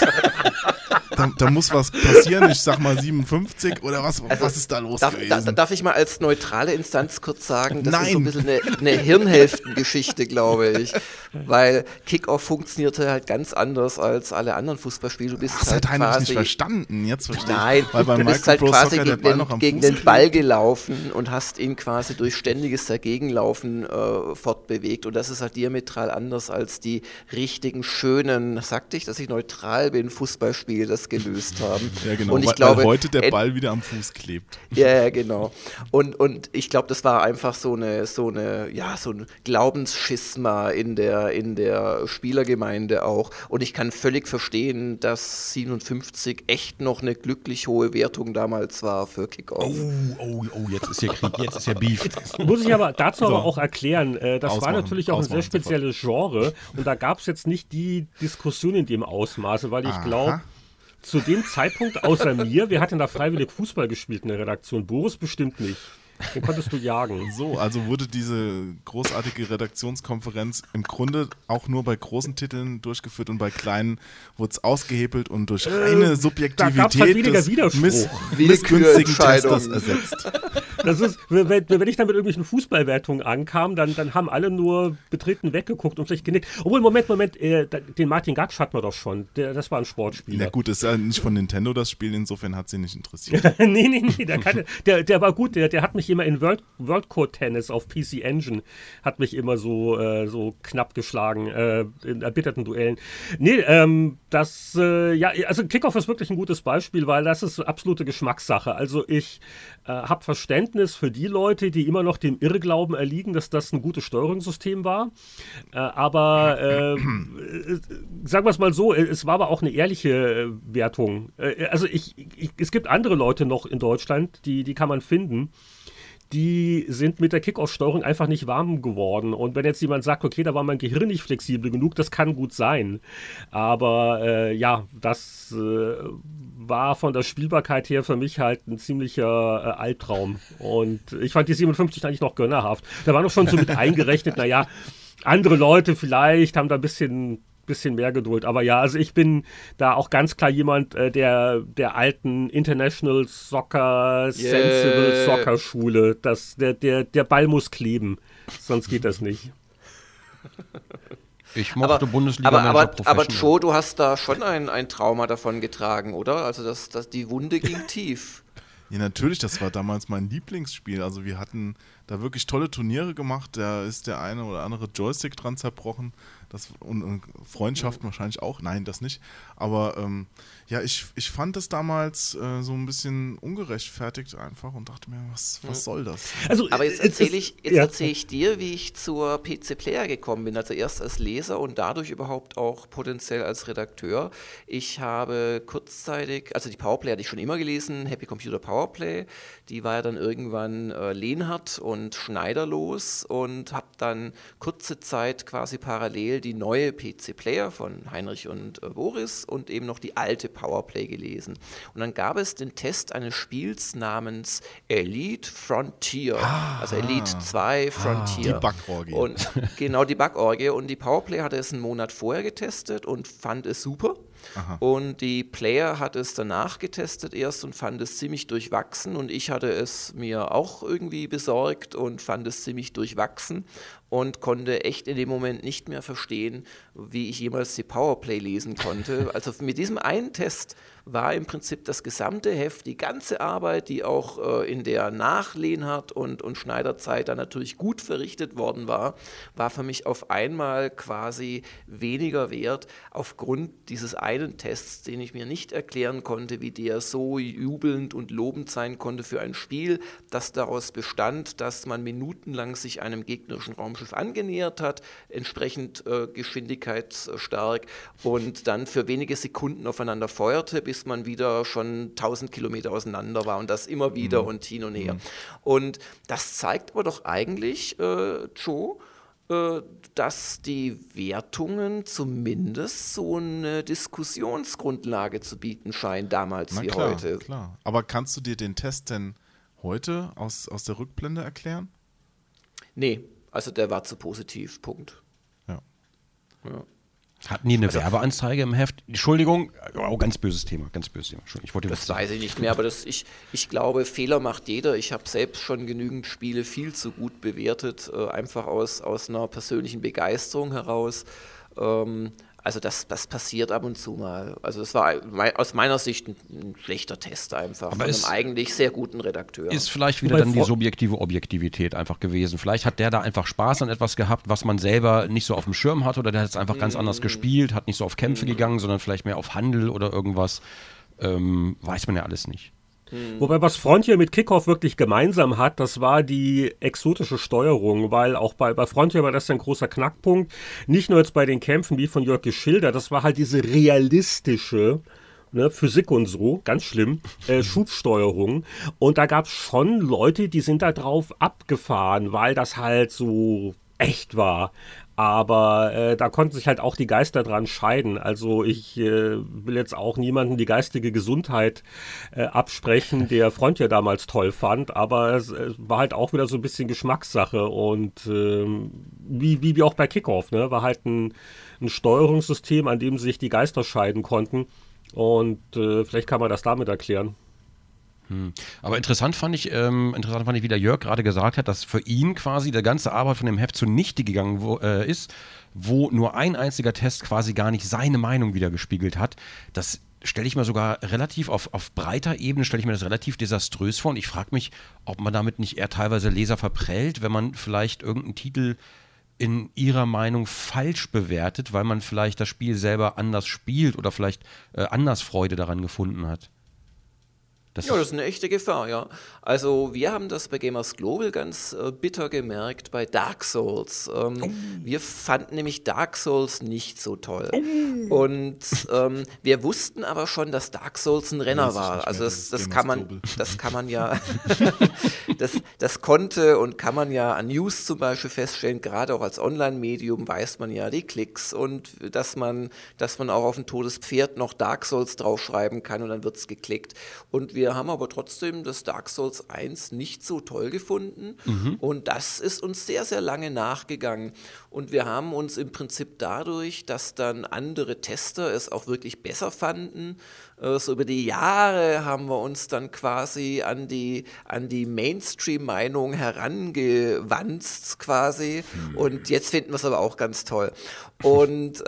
Da, da muss was passieren, ich sag mal siebenundfünfzig oder was, Also, was ist da los darf, gewesen? Da, darf ich mal als neutrale Instanz kurz sagen, das Nein. ist so ein bisschen eine, eine Hirnhälftengeschichte, glaube ich. Weil Kickoff funktionierte halt ganz anders als alle anderen Fußballspiele. Du bist Das halt hat Heinrich quasi, nicht verstanden, jetzt verstehe Nein, ich. Weil beim du bist Michael halt Pro quasi Soccer der gegen, Ball den, noch am gegen Fuß den Ball klebt. gelaufen und hast ihn quasi durch ständiges Dagegenlaufen äh, fortbewegt. Und das ist halt diametral anders als die richtigen, schönen, sagte ich, dass ich neutral bin, Fußballspiele das gelöst haben. Ja, genau, und ich weil, glaube, weil heute der en- Ball wieder am Fuß klebt. Ja, ja, genau. Und, und ich glaube, das war einfach so eine, so eine, ja, so ein Glaubensschisma in der, in der Spielergemeinde auch. Und ich kann völlig verstehen, dass siebenundfünfzig echt noch eine glücklich hohe Wertung damals war für Kickoff. Oh, oh, oh, jetzt ist hier Krieg, jetzt ist hier Beef. Muss ich aber dazu So. aber auch erklären, äh, das Ausmachen, war natürlich auch ein sehr ausmachen, spezielles Genre und da gab es jetzt nicht die Diskussion in dem Ausmaße, weil ich Aha. glaube, zu dem Zeitpunkt außer mir, wir hatten da freiwillig Fußball gespielt in der Redaktion, Boris bestimmt nicht. Den konntest du jagen. So, also wurde diese großartige Redaktionskonferenz im Grunde auch nur bei großen Titeln durchgeführt und bei kleinen wurde es ausgehebelt und durch reine Subjektivität da gab's halt weniger des Widerspruch. miss missgünstigen Willkürentscheidung. Testers ersetzt. Das ist, wenn, wenn ich dann mit irgendwelchen Fußballwertungen ankam, dann, dann haben alle nur betreten weggeguckt und sich genickt. Obwohl, Moment, Moment, äh, den Martin Gatsch hatten wir doch schon. Der, das war ein Sportspieler. Na gut, ist ja nicht von Nintendo das Spiel, insofern hat sie nicht interessiert. nee, nee, nee, der, kann, der, der war gut, der, der hat mich immer in World, World Code Tennis auf P C Engine, hat mich immer so, äh, so knapp geschlagen äh, in erbitterten Duellen. Nee, ähm, das, äh, ja, also Kickoff ist wirklich ein gutes Beispiel, weil das ist absolute Geschmackssache. Also ich äh, habe Verständnis für die Leute, die immer noch dem Irrglauben erliegen, dass das ein gutes Steuerungssystem war. Äh, aber äh, äh, sagen wir es mal so, es war aber auch eine ehrliche äh, Wertung. Äh, also ich, ich, es gibt andere Leute noch in Deutschland, die, die kann man finden. Die sind mit der Kickoff-Steuerung einfach nicht warm geworden. Und wenn jetzt jemand sagt, okay, da war mein Gehirn nicht flexibel genug, das kann gut sein. Aber äh, ja, das äh, war von der Spielbarkeit her für mich halt ein ziemlicher äh, Albtraum. Und ich fand die siebenundfünfzig eigentlich noch gönnerhaft. Da war noch schon so mit eingerechnet, naja, andere Leute vielleicht haben da ein bisschen... bisschen mehr Geduld. Aber ja, also ich bin da auch ganz klar jemand äh, der, der alten International Soccer, Sensible Yeah. Soccer Schule. Das, der, der, der Ball muss kleben, sonst geht das nicht. Ich mochte Aber, Bundesliga aber, aber, Manager aber Professional. Joe, du hast da schon ein, ein Trauma davon getragen, oder? Also das, das, die Wunde ging tief. Ja, natürlich, das war damals mein Lieblingsspiel. Also wir hatten da wirklich tolle Turniere gemacht. Da ist der eine oder andere Joystick dran zerbrochen. Das, und, und Freundschaften mhm. wahrscheinlich auch. Nein, das nicht. Aber ähm, ja, ich, ich fand das damals äh, so ein bisschen ungerechtfertigt einfach und dachte mir, was, was soll das? Also, Aber jetzt äh, erzähle es- ich, jetzt ja. erzähl ich dir, wie ich zur P C Player gekommen bin. Also erst als Leser und dadurch überhaupt auch potenziell als Redakteur. Ich habe kurzzeitig, also die Powerplay hatte ich schon immer gelesen, Happy Computer Powerplay. Die war ja dann irgendwann äh, Lehnhardt und Schneider los und habe dann kurze Zeit quasi parallel die neue P C Player von Heinrich und äh, Boris und eben noch die alte Powerplay gelesen. Und dann gab es den Test eines Spiels namens Elite Frontier, Ah, also Elite zwei Frontier. die Backorgie. Und genau, die Backorgie. Und die Powerplay hatte es einen Monat vorher getestet und fand es super. Aha. Und die Player hat es danach getestet erst und fand es ziemlich durchwachsen. Und ich hatte es mir auch irgendwie besorgt und fand es ziemlich durchwachsen und konnte echt in dem Moment nicht mehr verstehen, wie ich jemals die Powerplay lesen konnte. Also mit diesem einen Test war im Prinzip das gesamte Heft, die ganze Arbeit, die auch äh, in der Nach-Lehnhardt und, und Schneider-Zeit dann natürlich gut verrichtet worden war, war für mich auf einmal quasi weniger wert aufgrund dieses einen Tests, den ich mir nicht erklären konnte, wie der so jubelnd und lobend sein konnte für ein Spiel, das daraus bestand, dass man minutenlang sich einem gegnerischen Raumschiff angenähert hat, entsprechend äh, geschwindigkeitsstark und dann für wenige Sekunden aufeinander feuerte, bis man wieder schon tausend Kilometer auseinander war und das immer wieder mhm. und hin und her. Mhm. Und das zeigt aber doch eigentlich, äh, Joe, äh, dass die Wertungen zumindest so eine Diskussionsgrundlage zu bieten scheinen, damals Na wie klar, heute. Klar. Aber kannst du dir den Test denn heute aus, aus der Rückblende erklären? Nee, also der war zu positiv, Punkt. Ja. Ja. Hatten die eine also, Werbeanzeige im Heft? Entschuldigung, oh, ganz böses Thema, ganz böses Thema. Ich wollte das weiß ich nicht mehr, aber das, ich, ich glaube, Fehler macht jeder. Ich habe selbst schon genügend Spiele viel zu gut bewertet, äh, einfach aus, aus einer persönlichen Begeisterung heraus. Ähm, Also das, das passiert ab und zu mal. Also das war aus meiner Sicht ein, ein schlechter Test einfach aber von einem eigentlich sehr guten Redakteur. Ist vielleicht wieder dann die subjektive Objektivität einfach gewesen. Vielleicht hat der da einfach Spaß an etwas gehabt, was man selber nicht so auf dem Schirm hat, oder der hat es einfach ganz mm. anders gespielt, hat nicht so auf Kämpfe mm. gegangen, sondern vielleicht mehr auf Handel oder irgendwas. Ähm, weiß man ja alles nicht. Wobei, was Frontier mit Kickoff wirklich gemeinsam hat, das war die exotische Steuerung, weil auch bei, bei Frontier war das ja ein großer Knackpunkt. Nicht nur jetzt bei den Kämpfen, wie von Jörg geschildert, das war halt diese realistische, ne, Physik und so, ganz schlimm, äh, Schubsteuerung. Und da gab es schon Leute, die sind da drauf abgefahren, weil das halt so echt war. Aber äh, da konnten sich halt auch die Geister dran scheiden. Also ich äh, will jetzt auch niemandem die geistige Gesundheit äh, absprechen, der Frontier damals toll fand. Aber es, es war halt auch wieder so ein bisschen Geschmackssache. Und äh, wie, wie, wie auch bei Kickoff, ne, war halt ein, ein Steuerungssystem, an dem sich die Geister scheiden konnten. Und äh, vielleicht kann man das damit erklären. Hm. Aber interessant fand ich, ähm, interessant fand ich, wie der Jörg gerade gesagt hat, dass für ihn quasi der ganze Arbeit von dem Heft zunichte gegangen wo, äh, ist, wo nur ein einziger Test quasi gar nicht seine Meinung wiedergespiegelt hat. Das stelle ich mir sogar relativ auf, auf breiter Ebene, stelle ich mir das relativ desaströs vor. Und ich frage mich, ob man damit nicht eher teilweise Leser verprellt, wenn man vielleicht irgendeinen Titel in ihrer Meinung falsch bewertet, weil man vielleicht das Spiel selber anders spielt oder vielleicht äh, anders Freude daran gefunden hat. Das ja, das ist eine echte Gefahr, ja. Also wir haben das bei Gamers Global ganz äh, bitter gemerkt bei Dark Souls. Ähm, oh. Wir fanden nämlich Dark Souls nicht so toll. Oh. Und ähm, wir wussten aber schon, dass Dark Souls ein Renner war. Also das, das, das kann man, das kann man ja, das, das konnte und kann man ja an News zum Beispiel feststellen. Gerade auch als Online-Medium weiß man ja die Klicks und dass man, dass man auch auf ein totes Pferd noch Dark Souls draufschreiben kann und dann wird es geklickt. Und wir Wir haben aber trotzdem das Dark Souls eins nicht so toll gefunden mhm. und das ist uns sehr, sehr lange nachgegangen und wir haben uns im Prinzip dadurch, dass dann andere Tester es auch wirklich besser fanden, äh, so über die Jahre haben wir uns dann quasi an die, an die Mainstream-Meinung herangewanzt quasi mhm. und jetzt finden wir es aber auch ganz toll. Und,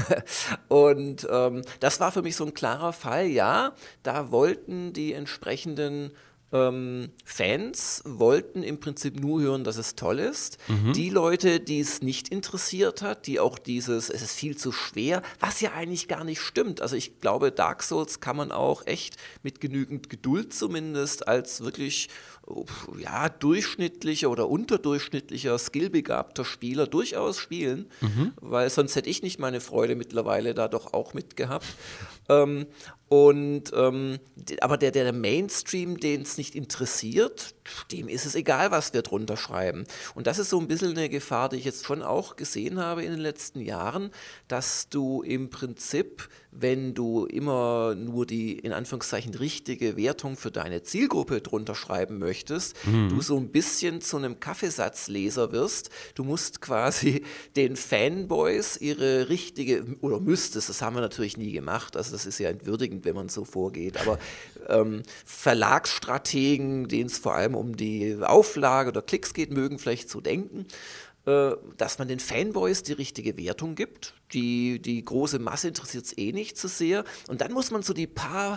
und ähm, das war für mich so ein klarer Fall, ja, da wollten die entsprechenden ähm, Fans, wollten im Prinzip nur hören, dass es toll ist. Mhm. Die Leute, die es nicht interessiert hat, die auch dieses, es ist viel zu schwer, was ja eigentlich gar nicht stimmt. Also ich glaube, Dark Souls kann man auch echt mit genügend Geduld zumindest als wirklich ja, durchschnittlicher oder unterdurchschnittlicher, skillbegabter Spieler durchaus spielen, mhm. weil sonst hätte ich nicht meine Freude mittlerweile da doch auch mitgehabt. ähm, und ähm, aber der, der Mainstream, den es nicht interessiert, dem ist es egal, was wir drunter schreiben. Und das ist so ein bisschen eine Gefahr, die ich jetzt schon auch gesehen habe in den letzten Jahren, dass du im Prinzip, wenn du immer nur die, in Anführungszeichen, richtige Wertung für deine Zielgruppe drunter schreiben möchtest, mhm. du so ein bisschen zu einem Kaffeesatzleser wirst. Du musst quasi den Fanboys ihre richtige, oder müsstest, das haben wir natürlich nie gemacht, also das ist ja entwürdigend, wenn man so vorgeht, aber ähm, Verlagsstrategen, denen es vor allem um die Auflage oder Klicks geht, mögen vielleicht so denken, äh, dass man den Fanboys die richtige Wertung gibt. Die, die große Masse interessiert es eh nicht so sehr. Und dann muss man so die paar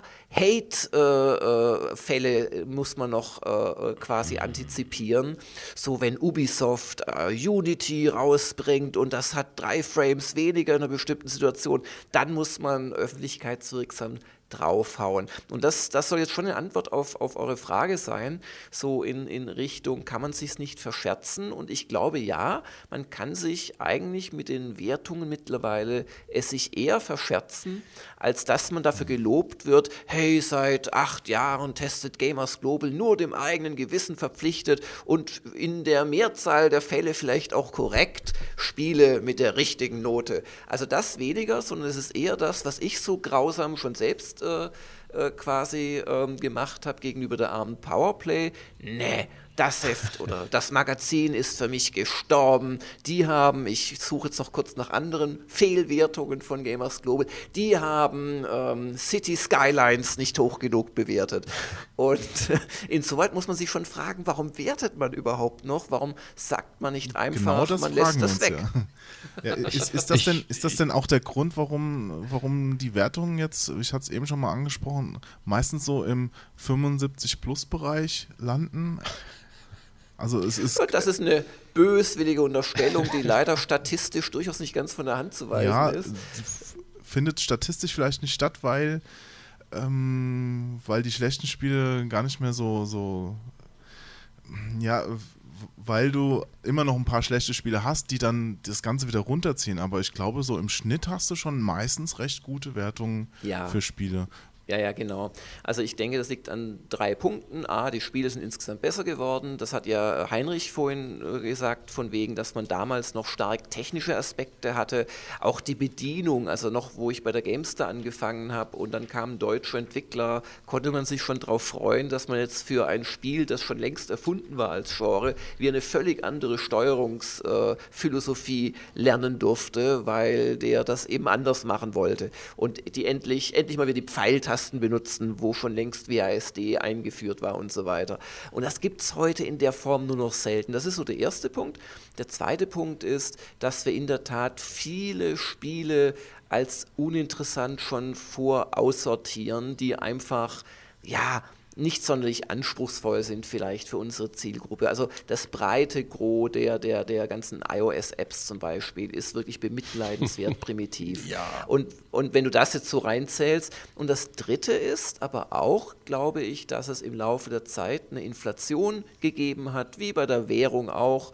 Hate-Fälle äh, äh, muss man noch äh, quasi antizipieren. So wenn Ubisoft äh, Unity rausbringt und das hat drei Frames weniger in einer bestimmten Situation, dann muss man öffentlichkeitswirksam draufhauen. Und das, das soll jetzt schon eine Antwort auf, auf eure Frage sein, so in, in Richtung, kann man sich's nicht verscherzen? Und ich glaube, ja, man kann sich eigentlich mit den Wertungen mittlerweile es sich eher verscherzen, als dass man dafür gelobt wird, hey, seit acht Jahren testet Gamers Global nur dem eigenen Gewissen verpflichtet und in der Mehrzahl der Fälle vielleicht auch korrekt Spiele mit der richtigen Note. Also das weniger, sondern es ist eher das, was ich so grausam schon selbst äh, äh, quasi ähm, gemacht habe gegenüber der armen Powerplay, nee, das Heft oder das Magazin ist für mich gestorben. Die haben, ich suche jetzt noch kurz nach anderen Fehlwertungen von Gamers Global, die haben ähm, City Skylines nicht hoch genug bewertet. Und äh, insoweit muss man sich schon fragen, warum wertet man überhaupt noch? Warum sagt man nicht einfach, genau das man lässt das uns, weg? Ja. Ja, ist, ist, das denn, ist das denn auch der Grund, warum, warum die Wertungen jetzt, ich hatte es eben schon mal angesprochen, meistens so im fünfundsiebzig-Plus-Bereich landen? Also es ist das ist eine böswillige Unterstellung, die leider statistisch durchaus nicht ganz von der Hand zu weisen ja, ist. Findet statistisch vielleicht nicht statt, weil, ähm, weil die schlechten Spiele gar nicht mehr so, so, ja, weil du immer noch ein paar schlechte Spiele hast, die dann das Ganze wieder runterziehen. Aber ich glaube, so im Schnitt hast du schon meistens recht gute Wertungen ja. für Spiele. Ja, ja, genau. Also ich denke, das liegt an drei Punkten. A, die Spiele sind insgesamt besser geworden. Das hat ja Heinrich vorhin gesagt, von wegen, dass man damals noch stark technische Aspekte hatte. Auch die Bedienung, also noch, wo ich bei der GameStar angefangen habe und dann kamen deutsche Entwickler, konnte man sich schon darauf freuen, dass man jetzt für ein Spiel, das schon längst erfunden war als Genre, wie eine völlig andere Steuerungsphilosophie lernen durfte, weil der das eben anders machen wollte. Und die endlich, endlich mal wieder die Pfeiltasten benutzen, wo schon längst W A S D eingeführt war und so weiter. Und das gibt es heute in der Form nur noch selten. Das ist so der erste Punkt. Der zweite Punkt ist, dass wir in der Tat viele Spiele als uninteressant schon voraussortieren, die einfach, ja, nicht sonderlich anspruchsvoll sind vielleicht für unsere Zielgruppe. Also das breite Gros der, der, der ganzen iOS-Apps zum Beispiel ist wirklich bemitleidenswert primitiv. Ja. Und, und wenn du das jetzt so reinzählst, und das Dritte ist aber auch, glaube ich, dass es im Laufe der Zeit eine Inflation gegeben hat, wie bei der Währung auch,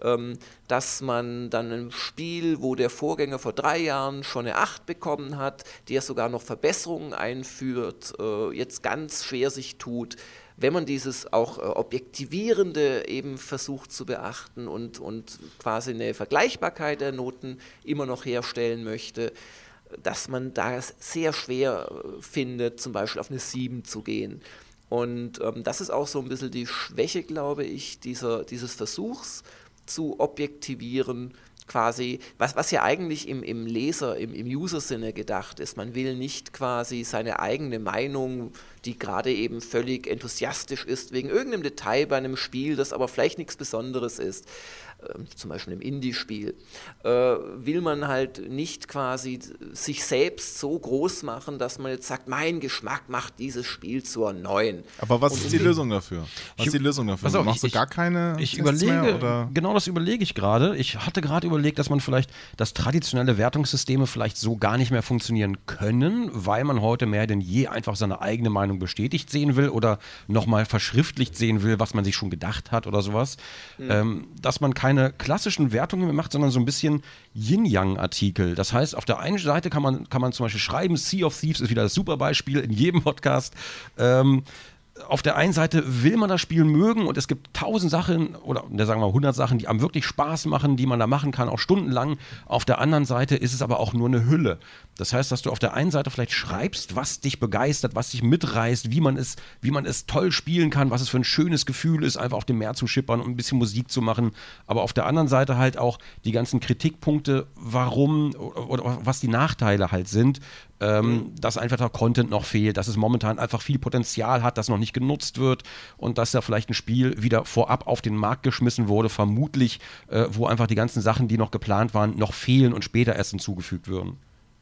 dass man dann ein Spiel, wo der Vorgänger vor drei Jahren schon eine acht bekommen hat, der sogar noch Verbesserungen einführt, jetzt ganz schwer sich tut, wenn man dieses auch Objektivierende eben versucht zu beachten und, und quasi eine Vergleichbarkeit der Noten immer noch herstellen möchte, dass man da sehr schwer findet, zum Beispiel auf eine sieben zu gehen. Und ähm, das ist auch so ein bisschen die Schwäche, glaube ich, dieser, dieses Versuchs, zu objektivieren, quasi, was, was ja eigentlich im, im Leser, im, im User-Sinne gedacht ist. Man will nicht quasi seine eigene Meinung, die gerade eben völlig enthusiastisch ist, wegen irgendeinem Detail bei einem Spiel, das aber vielleicht nichts Besonderes ist, äh, zum Beispiel im Indie-Spiel, äh, will man halt nicht quasi sich selbst so groß machen, dass man jetzt sagt, mein Geschmack macht dieses Spiel zur neuen. Aber was Und ist die Lösung dafür? Was ist die Lösung dafür? Pass auf, Machst du ich, gar keine Ich Tests überlege, mehr, oder? Genau das überlege ich gerade. Ich hatte gerade überlegt, dass man vielleicht, dass traditionelle Wertungssysteme vielleicht so gar nicht mehr funktionieren können, weil man heute mehr denn je einfach seine eigene Meinung bestätigt sehen will oder nochmal verschriftlicht sehen will, was man sich schon gedacht hat oder sowas. Mhm. Ähm, dass man keine klassischen Wertungen mehr macht, sondern so ein bisschen Yin-Yang-Artikel. Das heißt, auf der einen Seite kann man, kann man zum Beispiel schreiben, Sea of Thieves ist wieder das super Beispiel in jedem Podcast. Ähm, Auf der einen Seite will man das Spiel mögen und es gibt tausend Sachen oder sagen wir mal hundert Sachen, die einem wirklich Spaß machen, die man da machen kann, auch stundenlang. Auf der anderen Seite ist es aber auch nur eine Hülle. Das heißt, dass du auf der einen Seite vielleicht schreibst, was dich begeistert, was dich mitreißt, wie man es, wie man es toll spielen kann, was es für ein schönes Gefühl ist, einfach auf dem Meer zu schippern und ein bisschen Musik zu machen. Aber auf der anderen Seite halt auch die ganzen Kritikpunkte, warum oder, oder was die Nachteile halt sind. Ähm, dass einfach der Content noch fehlt, dass es momentan einfach viel Potenzial hat, das noch nicht genutzt wird und dass da vielleicht ein Spiel wieder vorab auf den Markt geschmissen wurde, vermutlich, äh, wo einfach die ganzen Sachen, die noch geplant waren, noch fehlen und später erst hinzugefügt würden.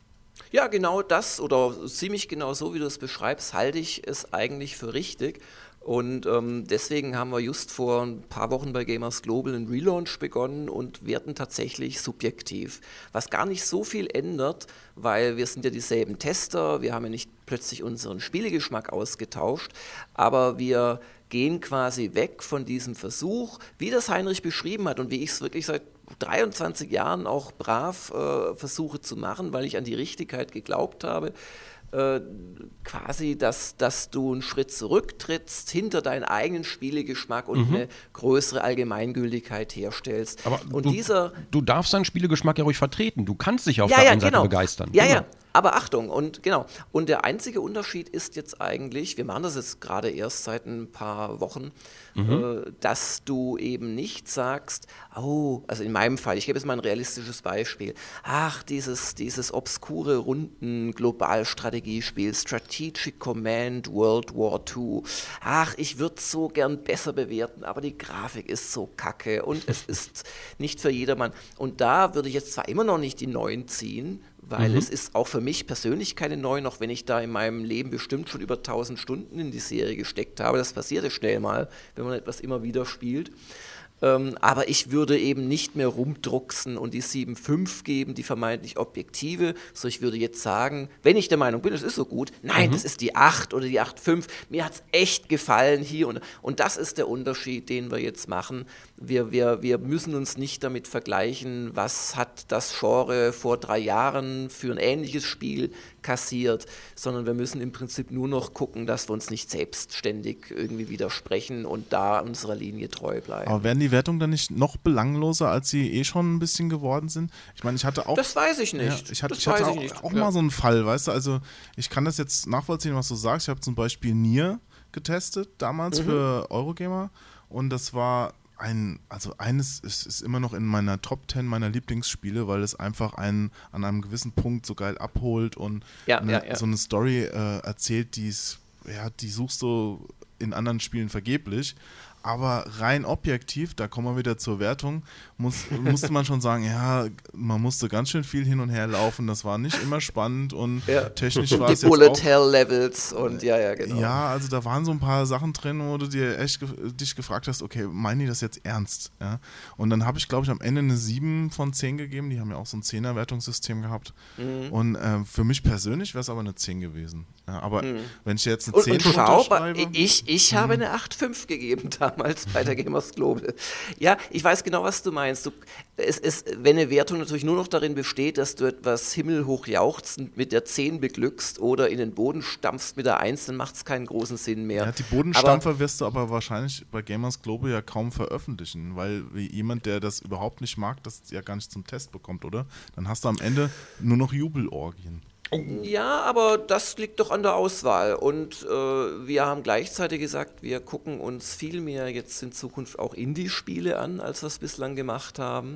Ja, genau das oder ziemlich genau so, wie du es beschreibst, halte ich es eigentlich für richtig. Und ähm, deswegen haben wir just vor ein paar Wochen bei Gamers Global einen Relaunch begonnen und werten tatsächlich subjektiv. Was gar nicht so viel ändert, weil wir sind ja dieselben Tester, wir haben ja nicht plötzlich unseren Spielegeschmack ausgetauscht, aber wir gehen quasi weg von diesem Versuch, wie das Heinrich beschrieben hat und wie ich es wirklich seit dreiundzwanzig Jahren auch brav äh, versuche zu machen, weil ich an die Richtigkeit geglaubt habe. Äh, quasi, dass, dass du einen Schritt zurücktrittst, hinter deinen eigenen Spielegeschmack und mhm. eine größere Allgemeingültigkeit herstellst. Aber und du, dieser, du darfst deinen Spielegeschmack ja ruhig vertreten. Du kannst dich auf ja, der ja, einen genau. Seite begeistern. Ja, genau. ja. Aber Achtung, und genau, und der einzige Unterschied ist jetzt eigentlich, wir machen das jetzt gerade erst seit ein paar Wochen, mhm. äh, dass du eben nicht sagst, oh, also in meinem Fall, ich gebe jetzt mal ein realistisches Beispiel, ach, dieses, dieses obskure Runden-Globalstrategiespiel, Strategic Command World War Two, ach, ich würde es so gern besser bewerten, aber die Grafik ist so kacke und es ist nicht für jedermann. Und da würde ich jetzt zwar immer noch nicht die neuen ziehen, weil mhm. es ist auch für mich persönlich keine neuen, auch wenn ich da in meinem Leben bestimmt schon über tausend Stunden in die Serie gesteckt habe. Das passiert ja schnell mal, wenn man etwas immer wieder spielt. Ähm, aber ich würde eben nicht mehr rumdrucksen und die sieben Komma fünf geben, die vermeintlich objektive. So, ich würde jetzt sagen, wenn ich der Meinung bin, es ist so gut, nein, mhm. das ist die acht oder die acht Komma fünf. Mir hat es echt gefallen hier. Und, und das ist der Unterschied, den wir jetzt machen. Wir, wir, wir müssen uns nicht damit vergleichen, was hat das Genre vor drei Jahren für ein ähnliches Spiel kassiert, sondern wir müssen im Prinzip nur noch gucken, dass wir uns nicht selbstständig irgendwie widersprechen und da unserer Linie treu bleiben. Aber werden die Wertungen dann nicht noch belangloser, als sie eh schon ein bisschen geworden sind? Ich meine, ich hatte auch... Das weiß ich nicht. Ja, ich hatte, das ich hatte weiß auch, ich nicht. auch ja. mal so einen Fall, weißt du, also ich kann das jetzt nachvollziehen, was du sagst. Ich habe zum Beispiel Nier getestet, damals mhm. für Eurogamer und das war ein, also eines ist, ist immer noch in meiner Top Ten meiner Lieblingsspiele, weil es einfach einen an einem gewissen Punkt so geil abholt und ja, eine, ja, ja. so eine Story äh, erzählt, die's, ja, die suchst du in anderen Spielen vergeblich. Aber rein objektiv, da kommen wir wieder zur Wertung, muss, musste man schon sagen, ja, man musste ganz schön viel hin und her laufen, das war nicht immer spannend und ja. technisch war die es jetzt Bullet auch... Hell Levels und ja, ja, genau. Ja, also da waren so ein paar Sachen drin, wo du dir echt ge- dich gefragt hast, okay, meinen die das jetzt ernst? Ja? Und dann habe ich, glaube ich, am Ende eine sieben von zehn gegeben, die haben ja auch so ein zehner-Wertungssystem gehabt mhm. und äh, für mich persönlich wäre es aber eine zehn gewesen. Ja, aber mhm. wenn ich jetzt eine und, zehn und schau, ich, ich habe eine acht Komma fünf gegeben damals bei der Gamers Global. Ja, ich weiß genau, was du meinst. Du, es, es, wenn eine Wertung natürlich nur noch darin besteht, dass du etwas himmelhoch jauchzend mit der zehn beglückst oder in den Boden stampfst mit der eins, dann macht es keinen großen Sinn mehr. Ja, die Bodenstampfer aber, wirst du aber wahrscheinlich bei Gamers Global ja kaum veröffentlichen, weil wie jemand, der das überhaupt nicht mag, das ja gar nicht zum Test bekommt, oder? Dann hast du am Ende nur noch Jubelorgien. Ja, aber das liegt doch an der Auswahl und äh, wir haben gleichzeitig gesagt, wir gucken uns viel mehr jetzt in Zukunft auch Indie-Spiele an, als wir es bislang gemacht haben.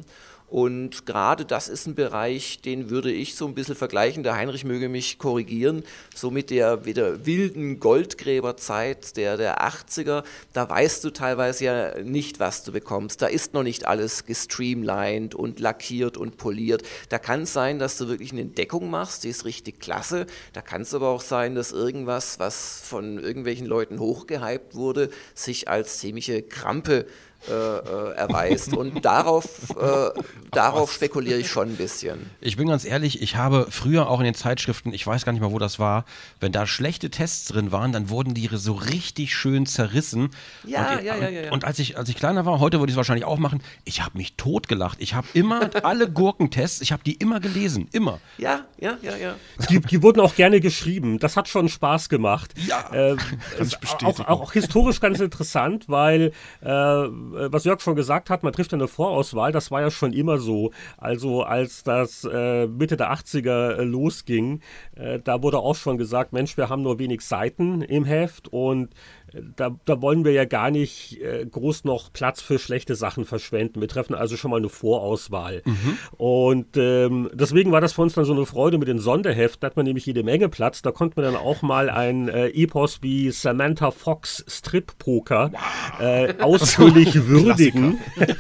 Und gerade das ist ein Bereich, den würde ich so ein bisschen vergleichen, der Heinrich möge mich korrigieren, so mit der, mit der wilden Goldgräberzeit der, der achtziger, da weißt du teilweise ja nicht, was du bekommst. Da ist noch nicht alles gestreamlined und lackiert und poliert. Da kann es sein, dass du wirklich eine Entdeckung machst, die ist richtig klasse. Da kann es aber auch sein, dass irgendwas, was von irgendwelchen Leuten hochgehypt wurde, sich als ziemliche Krampe Äh, äh, erweist. Und darauf, äh, darauf spekuliere ich schon ein bisschen. Ich bin ganz ehrlich, ich habe früher auch in den Zeitschriften, ich weiß gar nicht mal, wo das war, wenn da schlechte Tests drin waren, dann wurden die so richtig schön zerrissen. Ja, und, ja, ja, ja, ja. Und als ich, als ich kleiner war, heute würde ich es wahrscheinlich auch machen, ich habe mich totgelacht. Ich habe immer alle Gurkentests, ich habe die immer gelesen, immer. Ja, ja, ja, ja. Die, die wurden auch gerne geschrieben. Das hat schon Spaß gemacht. Ja, äh, kann ich bestätigen. Auch, auch historisch ganz interessant, weil äh, was Jörg schon gesagt hat, man trifft eine Vorauswahl, das war ja schon immer so. Also als das äh, Mitte der achtziger äh, losging, äh, da wurde auch schon gesagt, Mensch, wir haben nur wenig Seiten im Heft und äh, da, da wollen wir ja gar nicht äh, groß noch Platz für schlechte Sachen verschwenden. Wir treffen also schon mal eine Vorauswahl. Mhm. Und ähm, deswegen war das für uns dann so eine Freude mit den Sonderheften, da hat man nämlich jede Menge Platz. Da konnte man dann auch mal ein äh, Epos wie Samantha Fox Strip Poker äh, ausführlich würdigen.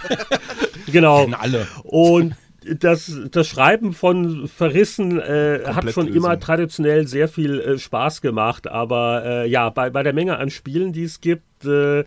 Genau. Kennen alle. Und das, das Schreiben von Verrissen äh, hat schon immer traditionell sehr viel äh, Spaß gemacht, aber äh, ja, bei, bei der Menge an Spielen, die es gibt, äh,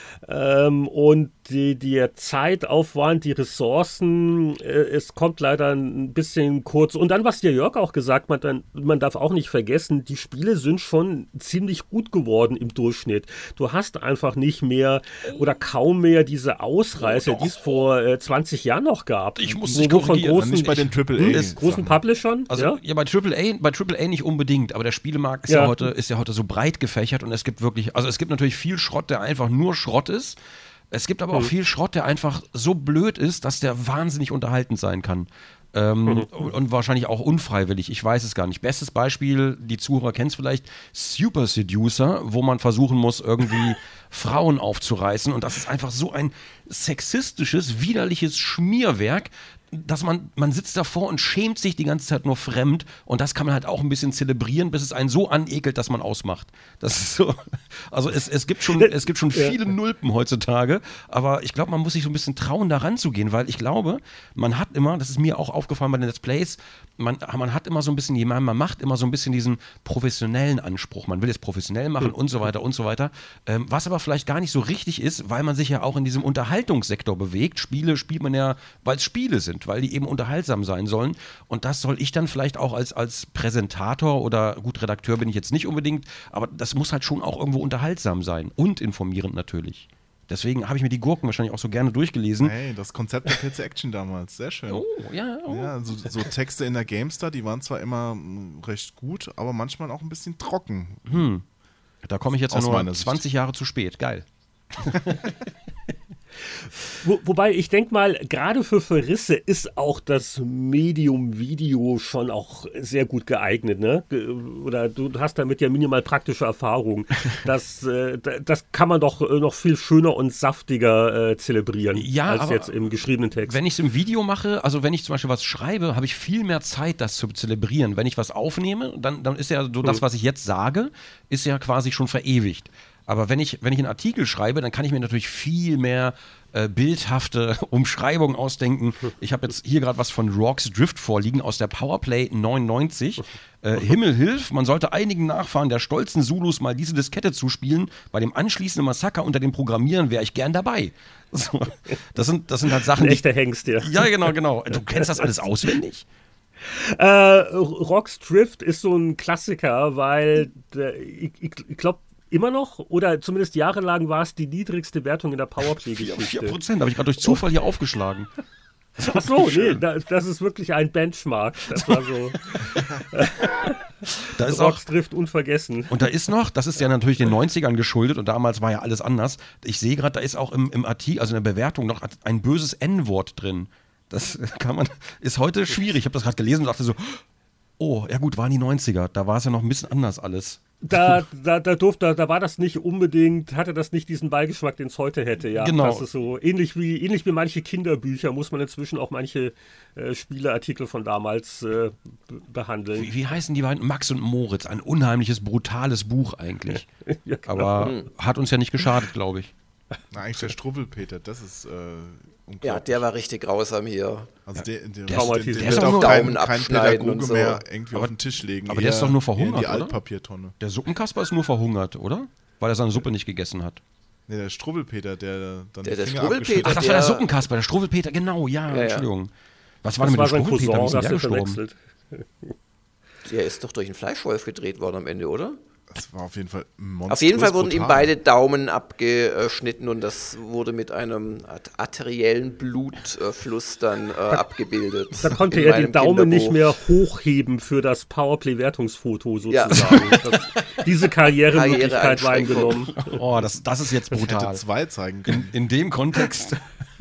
ähm, und die, der Zeitaufwand, die Ressourcen, äh, es kommt leider ein bisschen kurz. Und dann, was der Jörg auch gesagt hat, man, man darf auch nicht vergessen, die Spiele sind schon ziemlich gut geworden im Durchschnitt. Du hast einfach nicht mehr oder kaum mehr diese Ausreißer, die es vor äh, zwanzig Jahren noch gab. Ich muss dich korrigieren. Großen, nicht bei den Triple A. Großen Publishern. Also ja, ja bei Triple A, bei Triple A nicht unbedingt, aber der Spielemarkt ist ja. ja heute ist ja heute so breit gefächert und es gibt wirklich, also es gibt natürlich viel Schrott, der einfach nur Schrott ist. Es gibt aber auch mhm. viel Schrott, der einfach so blöd ist, dass der wahnsinnig unterhaltend sein kann. Ähm, mhm. Und wahrscheinlich auch unfreiwillig, ich weiß es gar nicht. Bestes Beispiel, die Zuhörer kennen es vielleicht, Super Seducer, wo man versuchen muss, irgendwie Frauen aufzureißen. Und das ist einfach so ein sexistisches, widerliches Schmierwerk, dass man, man sitzt davor und schämt sich die ganze Zeit nur fremd, und das kann man halt auch ein bisschen zelebrieren, bis es einen so anekelt, dass man ausmacht. Das ist so, also es, es gibt schon, es gibt schon viele Nulpen heutzutage, aber ich glaube, man muss sich so ein bisschen trauen, da ranzugehen, weil ich glaube, man hat immer, das ist mir auch aufgefallen bei den Let's Plays, man, man hat immer so ein bisschen, jemand, man macht immer so ein bisschen diesen professionellen Anspruch, man will es professionell machen, mhm. und so weiter und so weiter, ähm, was aber vielleicht gar nicht so richtig ist, weil man sich ja auch in diesem Unterhaltungssektor bewegt. Spiele spielt man ja, weil es Spiele sind, weil die eben unterhaltsam sein sollen, und das soll ich dann vielleicht auch als, als Präsentator oder, gut, Redakteur bin ich jetzt nicht unbedingt, aber das muss halt schon auch irgendwo unterhaltsam sein und informierend natürlich. Deswegen habe ich mir die Gurken wahrscheinlich auch so gerne durchgelesen. Hey, das Konzept der P C Action damals, sehr schön. Oh, ja. Oh. Ja, so, so Texte in der GameStar, die waren zwar immer m, recht gut, aber manchmal auch ein bisschen trocken. Hm. Da komme ich jetzt ja Aus nur zwanzig Jahre zu spät, geil. Wo, wobei, ich denke mal, gerade für Verrisse ist auch das Medium Video schon auch sehr gut geeignet, ne? Oder du hast damit ja minimal praktische Erfahrung. Das, äh, das kann man doch noch viel schöner und saftiger äh, zelebrieren, ja, als jetzt im geschriebenen Text. Wenn ich es im Video mache, also wenn ich zum Beispiel was schreibe, habe ich viel mehr Zeit, das zu zelebrieren. Wenn ich was aufnehme, dann, dann ist ja so, das, was ich jetzt sage, ist ja quasi schon verewigt. Aber wenn ich, wenn ich einen Artikel schreibe, dann kann ich mir natürlich viel mehr äh, bildhafte Umschreibungen ausdenken. Ich habe jetzt hier gerade was von Rorke's Drift vorliegen aus der Powerplay neunundneunzig. Äh, Himmel hilf, man sollte einigen Nachfahren der stolzen Zulus mal diese Diskette zuspielen. Bei dem anschließenden Massaker unter den Programmieren wäre ich gern dabei. So, das sind, das sind halt Sachen, Ein echter Hengst, ja. Ja, genau, genau. Du kennst das alles auswendig? Äh, Rorke's Drift ist so ein Klassiker, weil äh, ich, ich, ich glaube, immer noch, oder zumindest jahrelang war es die niedrigste Wertung in der Powerplay-Geschichte. vier Prozent, habe ich gerade durch Zufall hier aufgeschlagen. Ach so, nee, das, das ist wirklich ein Benchmark. Das war so. Da ist auch Drift unvergessen. Und da ist noch, das ist ja natürlich den neunzigern geschuldet, und damals war ja alles anders. Ich sehe gerade, da ist auch im, im Artikel, also in der Bewertung, noch ein böses En-Wort drin. Das kann man, ist heute schwierig. Ich habe das gerade gelesen und dachte so, oh, ja gut, waren die neunziger, da war es ja noch ein bisschen anders alles. Da, da, da, durfte, da war das nicht unbedingt, hatte das nicht diesen Beigeschmack, den es heute hätte, ja. Genau. Das ist so ähnlich wie, ähnlich wie manche Kinderbücher, muss man inzwischen auch manche äh, Spieleartikel von damals äh, behandeln. Wie, wie heißen die beiden? Max und Moritz, ein unheimliches, brutales Buch eigentlich. Ja, genau. Aber hat uns ja nicht geschadet, glaube ich. Na, eigentlich der Struwwelpeter, das ist äh, unglaublich. Ja, der war richtig grausam hier. Also der, der, der, der, der, der der wird auch Daumen kein, kein abschneiden Pädagoge und so. mehr irgendwie aber, auf den Tisch legen. Aber der ist doch nur verhungert, in die oder? Altpapiertonne. Der Suppenkasper ist nur verhungert, oder? Weil er seine Suppe nicht gegessen hat. Nee, der Struwwelpeter, der dann Der- die der Finger Struwwelpeter, abgeschnitten Ach, hat. das war der der- Suppenkasper, der Struwwelpeter, genau, ja, Ja, ja. Entschuldigung. Was war Das denn war mit sein dem Struwwelpeter? Wie ist Cousin, denn das der er gestorben? verwechselt. Der ist doch durch einen Fleischwolf gedreht worden am Ende, oder? Das war auf jeden Fall monströs Auf jeden Fall wurden ihm brutal. beide Daumen abgeschnitten und das wurde mit einem arteriellen Blutfluss dann äh, abgebildet. Da konnte in er meinem den Daumen nicht Kinderbuch. mehr hochheben für das Powerplay-Wertungsfoto sozusagen. Ja. Das, diese Karrieremöglichkeit war ihm genommen. Oh, das, das ist jetzt Ich hätte brutal. zwei zeigen können. In, in dem Kontext.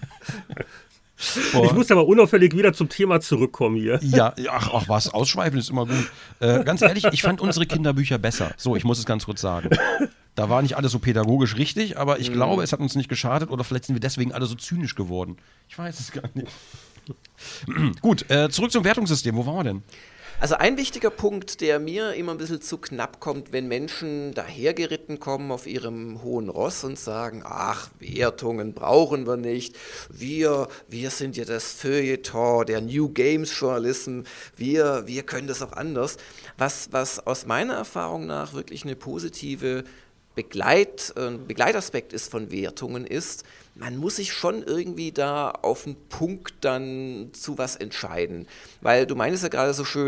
Ich muss aber unauffällig wieder zum Thema zurückkommen hier. Ja, ach, ach was, ausschweifen ist immer gut. Äh, ganz ehrlich, ich fand unsere Kinderbücher besser. So, ich muss es ganz kurz sagen. Da war nicht alles so pädagogisch richtig, aber ich mhm. glaube, es hat uns nicht geschadet, oder vielleicht sind wir deswegen alle so zynisch geworden. Ich weiß es gar nicht. Gut, äh, zurück zum Wertungssystem. Wo waren wir denn? Also ein wichtiger Punkt, der mir immer ein bisschen zu knapp kommt, wenn Menschen dahergeritten kommen auf ihrem hohen Ross und sagen, ach, Wertungen brauchen wir nicht, wir, wir sind ja das Feuilleton, der New Games Journalism, wir, wir können das auch anders. Was, was aus meiner Erfahrung nach wirklich eine positive Begleit, äh, Begleitaspekt ist von Wertungen ist, man muss sich schon irgendwie da auf einen Punkt dann zu was entscheiden. Weil du meinst ja gerade so schön,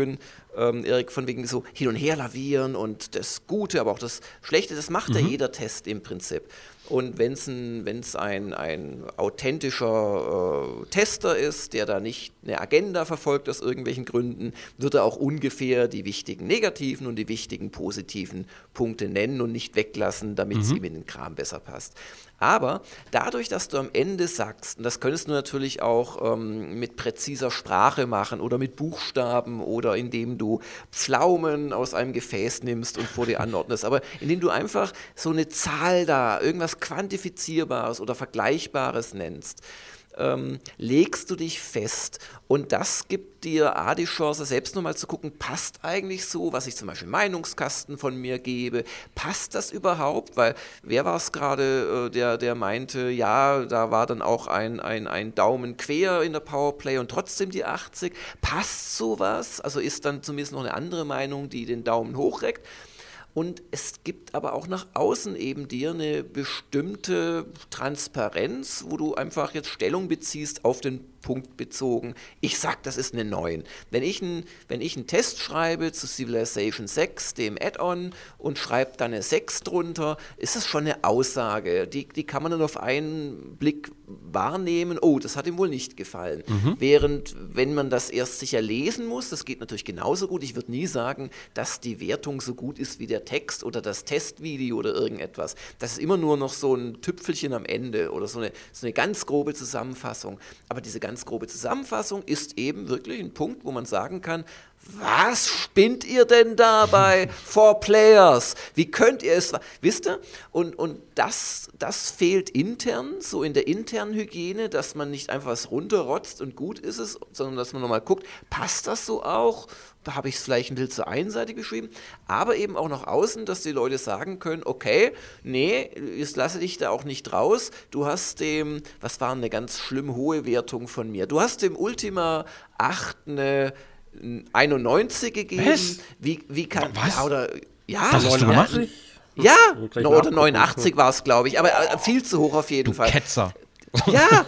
ähm, Erik, von wegen so hin und her lavieren und das Gute, aber auch das Schlechte, das macht mhm. ja jeder Test im Prinzip. Und wenn es ein, wenn's ein, ein authentischer äh, Tester ist, der da nicht eine Agenda verfolgt aus irgendwelchen Gründen, wird er auch ungefähr die wichtigen negativen und die wichtigen positiven Punkte nennen und nicht weglassen, damit es mhm. ihm in den Kram besser passt. Aber dadurch, dass du am Ende sagst, und das könntest du natürlich auch ähm, mit präziser Sprache machen oder mit Buchstaben oder indem du Pflaumen aus einem Gefäß nimmst und vor dir anordnest, aber indem du einfach so eine Zahl da, irgendwas Quantifizierbares oder Vergleichbares nennst, ähm, legst du dich fest. Und das gibt dir A, die Chance, selbst nochmal zu gucken, passt eigentlich so, was ich zum Beispiel im Meinungskasten von mir gebe, passt das überhaupt? Weil wer war es gerade, äh, der, der meinte, ja, da war dann auch ein, ein, ein Daumen quer in der Powerplay und trotzdem die achtzig. Passt sowas? Also ist dann zumindest noch eine andere Meinung, die den Daumen hochreckt. Und es gibt aber auch nach außen eben dir eine bestimmte Transparenz, wo du einfach jetzt Stellung beziehst auf den Punkt bezogen. Ich sag, das ist eine neun. Wenn ich, ein, wenn ich einen Test schreibe zu Civilization sechs, dem Add-on, und schreibe dann eine sechs drunter, ist das schon eine Aussage. Die, die kann man dann auf einen Blick wahrnehmen, oh, das hat ihm wohl nicht gefallen. Mhm. Während, wenn man das erst sicher lesen muss, das geht natürlich genauso gut, ich würde nie sagen, dass die Wertung so gut ist wie der Text oder das Testvideo oder irgendetwas. Das ist immer nur noch so ein Tüpfelchen am Ende oder so eine, so eine ganz grobe Zusammenfassung. Aber diese ganz grobe Zusammenfassung ist eben wirklich ein Punkt, wo man sagen kann, was spinnt ihr denn dabei? Four Players. Wie könnt ihr es? Wisst ihr? Und, und das, das fehlt intern, so in der internen Hygiene, dass man nicht einfach was runterrotzt und gut ist es, sondern dass man nochmal guckt, passt das so auch? Da habe ich es vielleicht ein bisschen zu einseitig geschrieben, aber eben auch nach außen, dass die Leute sagen können, okay, nee, jetzt lasse dich da auch nicht raus. Du hast dem, was war eine ganz schlimm hohe Wertung von mir, du hast dem Ultima acht eine einundneunzig gegeben. Was? Wie, wie kann, was? Ja, oder, ja, Was hast du gemacht? Ja, no, oder neunundachtzig war es, glaube ich, aber äh, viel zu hoch auf jeden du Fall. Ketzer. Ja,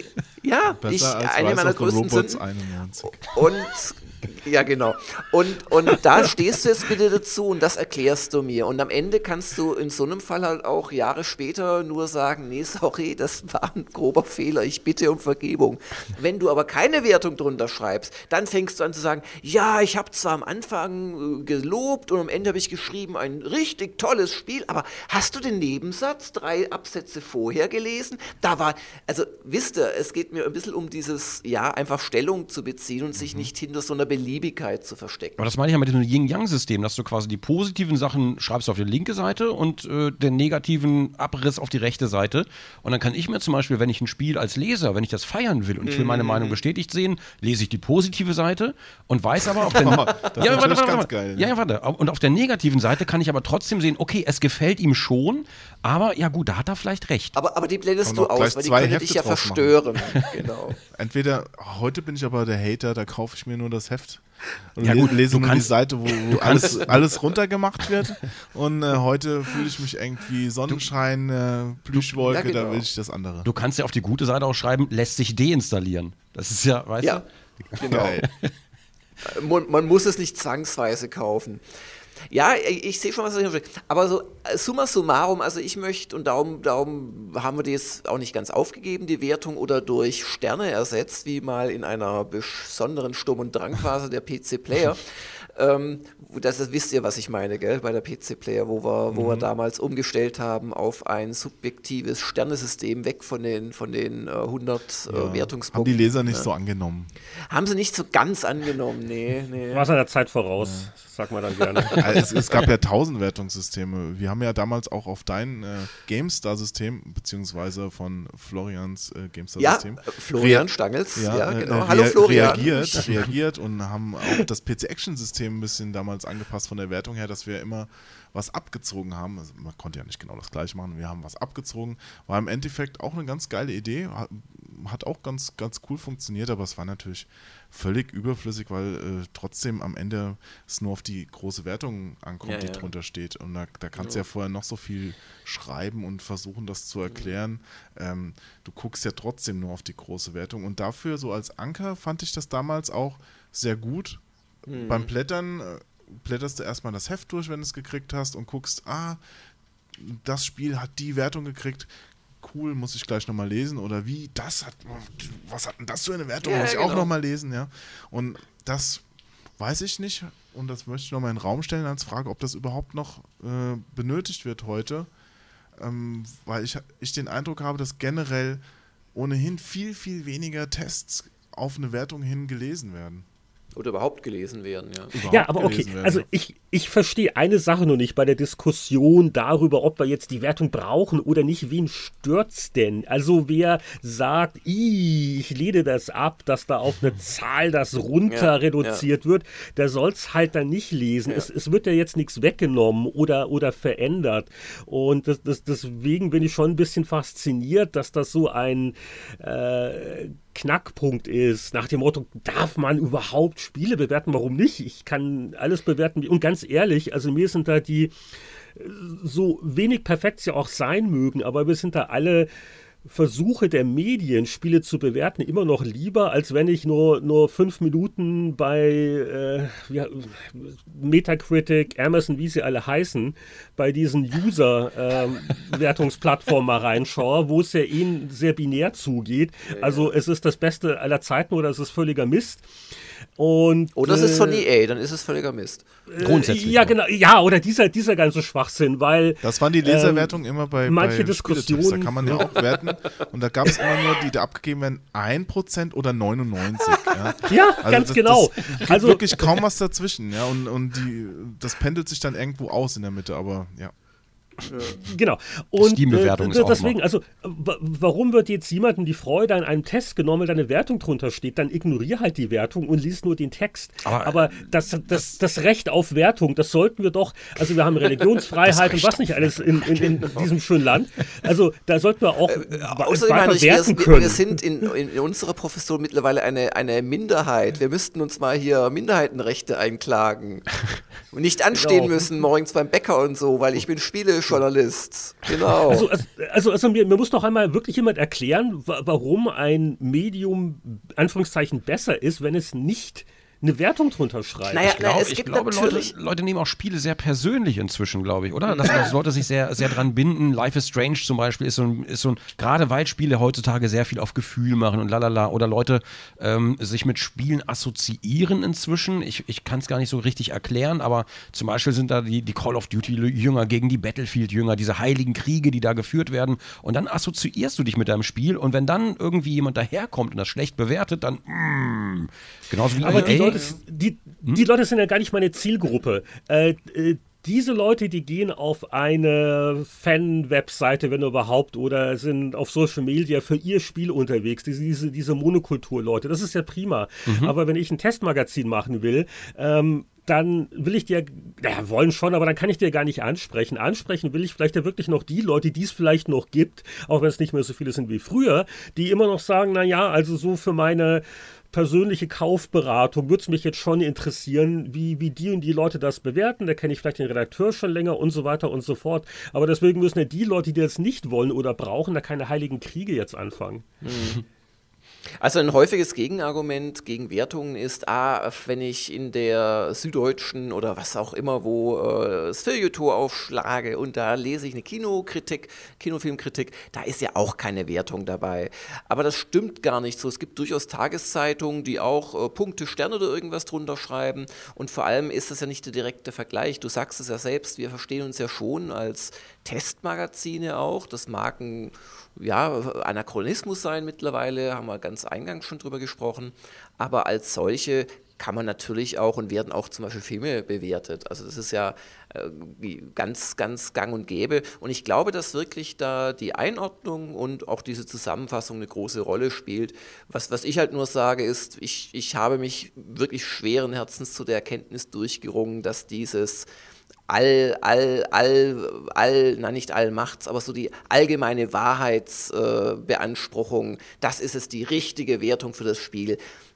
ja, Besser ich, als eine Rise meiner of the größten Robots Sünden. einundneunzig. Und ja, genau. Und, und da stehst du jetzt bitte dazu und das erklärst du mir. Und am Ende kannst du in so einem Fall halt auch Jahre später nur sagen, nee, sorry, das war ein grober Fehler, ich bitte um Vergebung. Wenn du aber keine Wertung drunter schreibst, dann fängst du an zu sagen, ja, ich habe zwar am Anfang äh, gelobt und am Ende habe ich geschrieben, ein richtig tolles Spiel, aber hast du den Nebensatz drei Absätze vorher gelesen? Da war, also wisst ihr, es geht mir ein bisschen um dieses, ja, einfach Stellung zu beziehen und sich nicht hinter so einer Beliebigkeit zu verstecken. Aber das meine ich ja mit diesem Yin-Yang-System, dass du quasi die positiven Sachen schreibst auf die linke Seite und äh, den negativen Abriss auf die rechte Seite. Und dann kann ich mir zum Beispiel, wenn ich ein Spiel als Leser, wenn ich das feiern will und ich will meine Meinung bestätigt sehen, lese ich die positive Seite und weiß aber auf der Oh, das ja, ist warte, ganz warte, geil. Ja, ja, warte. Und auf der negativen Seite kann ich aber trotzdem sehen, okay, es gefällt ihm schon, aber ja gut, da hat er vielleicht recht. Aber, aber die blendest Und du auch aus, gleich weil die zwei können Hefte dich ja draus verstören. Genau. Entweder, heute bin ich aber der Hater, da kaufe ich mir nur das Heft und Ja, le- gut, lese du nur kannst- die Seite, wo, wo alles, alles runtergemacht wird. Und äh, heute fühle ich mich irgendwie Sonnenschein, äh, Plüschwolke, Ja, genau. da will ich das andere. Du kannst ja auf die gute Seite auch schreiben, lässt sich deinstallieren. Das ist ja, weißt Ja, du? genau. Geil. Man, man muss es nicht zwangsweise kaufen. Ja, ich, ich sehe schon, was du sagst. Aber so äh, summa summarum, also ich möchte, und darum, darum haben wir das auch nicht ganz aufgegeben, die Wertung, oder durch Sterne ersetzt, wie mal in einer besonderen Sturm- und Drangphase der P C-Player. ähm, das, das wisst ihr, was ich meine, gell, bei der P C-Player, wo wir, wo wir damals umgestellt haben auf ein subjektives Sternesystem, weg von den, von den äh, hundert äh, Haben Wertungspunkten. die Leser nicht Ja. so angenommen. Haben sie nicht so ganz angenommen, nee, nee. War seiner Zeit voraus, sagt man dann gerne. Es, es gab ja tausend Wertungssysteme. Wir haben ja damals auch auf dein äh, GameStar-System, beziehungsweise von Florians äh, Ja, GameStar-System, äh, Florian rea- Stangels, ja, ja, äh, genau. äh, Hallo rea- Florian. reagiert, reagiert und haben auch das P C-Action-System ein bisschen damals angepasst von der Wertung her, dass wir immer was abgezogen haben. Also man konnte ja nicht genau das gleiche machen. Wir haben was abgezogen. War im Endeffekt auch eine ganz geile Idee. Hat, hat auch ganz, ganz cool funktioniert, aber es war natürlich völlig überflüssig, weil äh, trotzdem am Ende es nur auf die große Wertung ankommt, Ja, die ja. drunter steht. Und da, da kannst du ja vorher noch so viel schreiben und versuchen, das zu erklären. Ähm, du guckst ja trotzdem nur auf die große Wertung. Und dafür, so als Anker, fand ich das damals auch sehr gut, hm. beim Blättern äh, blätterst du erstmal das Heft durch, wenn du es gekriegt hast und guckst, ah, das Spiel hat die Wertung gekriegt, cool, muss ich gleich nochmal lesen, oder wie, das hat, was hat denn das für eine Wertung, ja, muss ich genau. auch nochmal lesen, ja. Und das weiß ich nicht, und das möchte ich nochmal in den Raum stellen als Frage, ob das überhaupt noch äh, benötigt wird heute, ähm, weil ich, ich den Eindruck habe, dass generell ohnehin viel, viel weniger Tests auf eine Wertung hin gelesen werden. Oder überhaupt gelesen werden, ja. Überhaupt ja, aber okay, werden. Also ich, ich verstehe eine Sache noch nicht bei der Diskussion darüber, ob wir jetzt die Wertung brauchen oder nicht. Wen stört's denn? Also wer sagt, ich lehne das ab, dass da auf eine Zahl das runter ja, reduziert ja. wird, der soll's halt dann nicht lesen. Ja. Es, es wird ja jetzt nichts weggenommen oder, oder verändert. Und das, das, deswegen bin ich schon ein bisschen fasziniert, dass das so ein äh, Knackpunkt ist, nach dem Motto, darf man überhaupt Spiele bewerten? Warum nicht? Ich kann alles bewerten. Und ganz ehrlich, also mir sind da die, so wenig perfekt sie auch sein mögen, aber wir sind da alle Versuche der Medien, Spiele zu bewerten, immer noch lieber, als wenn ich nur, nur fünf Minuten bei äh, ja, Metacritic, Amazon, wie sie alle heißen, bei diesen User-Wertungsplattformen ähm, mal reinschaue, wo es ja ihnen sehr binär zugeht. Also es ist das Beste aller Zeiten oder es ist völliger Mist. Und, oder es äh, ist von E A, dann ist es völliger Mist. Grundsätzlich. Ja, genau. Ja, oder dieser, dieser ganze Schwachsinn, weil. Das waren die Leserwertungen ähm, immer bei, manche bei Diskussionen. Da kann man ja auch werten. Und da gab es immer nur, die da abgegeben werden, ein Prozent oder neunundneunzig. Ja, ja also ganz das, genau. Es gibt also wirklich kaum was dazwischen. Ja, und und die, das pendelt sich dann irgendwo aus in der Mitte, aber ja. Genau. Und Steam-Bewertung äh, ist deswegen, also w- warum wird jetzt jemandem die Freude an einem Test genommen, weil da eine Wertung drunter steht? Dann ignorier halt die Wertung und lies nur den Text. Aber, Aber das, das, das, das Recht auf Wertung, das sollten wir doch, also wir haben Religionsfreiheit und was nicht alles in, in, in diesem schönen Land. Also da sollten wir auch äh, außerdem, Heinrich, werten wir, können. Wir sind in, in unserer Profession mittlerweile eine, eine Minderheit. Wir müssten uns mal hier Minderheitenrechte einklagen. Und nicht anstehen genau. müssen morgens beim Bäcker und so, weil ich bin Spielejournalist. Genau. Also, also, also mir, mir muss doch einmal wirklich jemand erklären, wa- warum ein Medium, Anführungszeichen, besser ist, wenn es nicht eine Wertung drunter schreibt. Naja, ich glaube, na, es ich gibt glaube natürlich Leute, Leute nehmen auch Spiele sehr persönlich inzwischen, glaube ich, oder? Dass, dass Leute sich sehr, sehr dran binden. Life is Strange zum Beispiel ist so ein, ist so ein gerade weil Spiele heutzutage sehr viel auf Gefühl machen und lalala, oder Leute ähm, sich mit Spielen assoziieren inzwischen. Ich, ich kann es gar nicht so richtig erklären, aber zum Beispiel sind da die, die Call of Duty-Jünger gegen die Battlefield-Jünger, diese heiligen Kriege, die da geführt werden, und dann assoziierst du dich mit deinem Spiel, und wenn dann irgendwie jemand daherkommt und das schlecht bewertet, dann mm, genauso wie aber E A. Die Leute, die, die Leute sind ja gar nicht meine Zielgruppe. Äh, äh, diese Leute, die gehen auf eine Fan-Webseite, wenn überhaupt, oder sind auf Social Media für ihr Spiel unterwegs. Diese, diese, diese Monokultur-Leute, das ist ja prima. Mhm. Aber wenn ich ein Testmagazin machen will, ähm, dann will ich dir, ja, wollen schon, aber dann kann ich dir gar nicht ansprechen. Ansprechen will ich vielleicht ja wirklich noch die Leute, die es vielleicht noch gibt, auch wenn es nicht mehr so viele sind wie früher, die immer noch sagen, naja, also so für meine persönliche Kaufberatung würde es mich jetzt schon interessieren, wie, wie die und die Leute das bewerten. Da kenne ich vielleicht den Redakteur schon länger und so weiter und so fort. Aber deswegen müssen ja die Leute, die das nicht wollen oder brauchen, da keine heiligen Kriege jetzt anfangen. Mhm. Also ein häufiges Gegenargument gegen Wertungen ist, ah, wenn ich in der Süddeutschen oder was auch immer, wo äh, das Feuilleton aufschlage und da lese ich eine Kinokritik, Kinofilmkritik, da ist ja auch keine Wertung dabei. Aber das stimmt gar nicht so. Es gibt durchaus Tageszeitungen, die auch äh, Punkte, Sterne oder irgendwas drunter schreiben, und vor allem ist das ja nicht der direkte Vergleich. Du sagst es ja selbst, wir verstehen uns ja schon als Testmagazine auch. Das mag ein ja, Anachronismus sein mittlerweile, haben wir ganz eingangs schon drüber gesprochen, aber als solche kann man natürlich auch und werden auch zum Beispiel Filme bewertet. Also das ist ja äh, ganz, ganz gang und gäbe, und ich glaube, dass wirklich da die Einordnung und auch diese Zusammenfassung eine große Rolle spielt. Was, was ich halt nur sage ist, ich, ich habe mich wirklich schweren Herzens zu der Erkenntnis durchgerungen, dass dieses all, all, all, all, na nicht Allmachts, aber so die allgemeine Wahrheitsbeanspruchung, äh, das ist es, die richtige Wertung für das Spiel.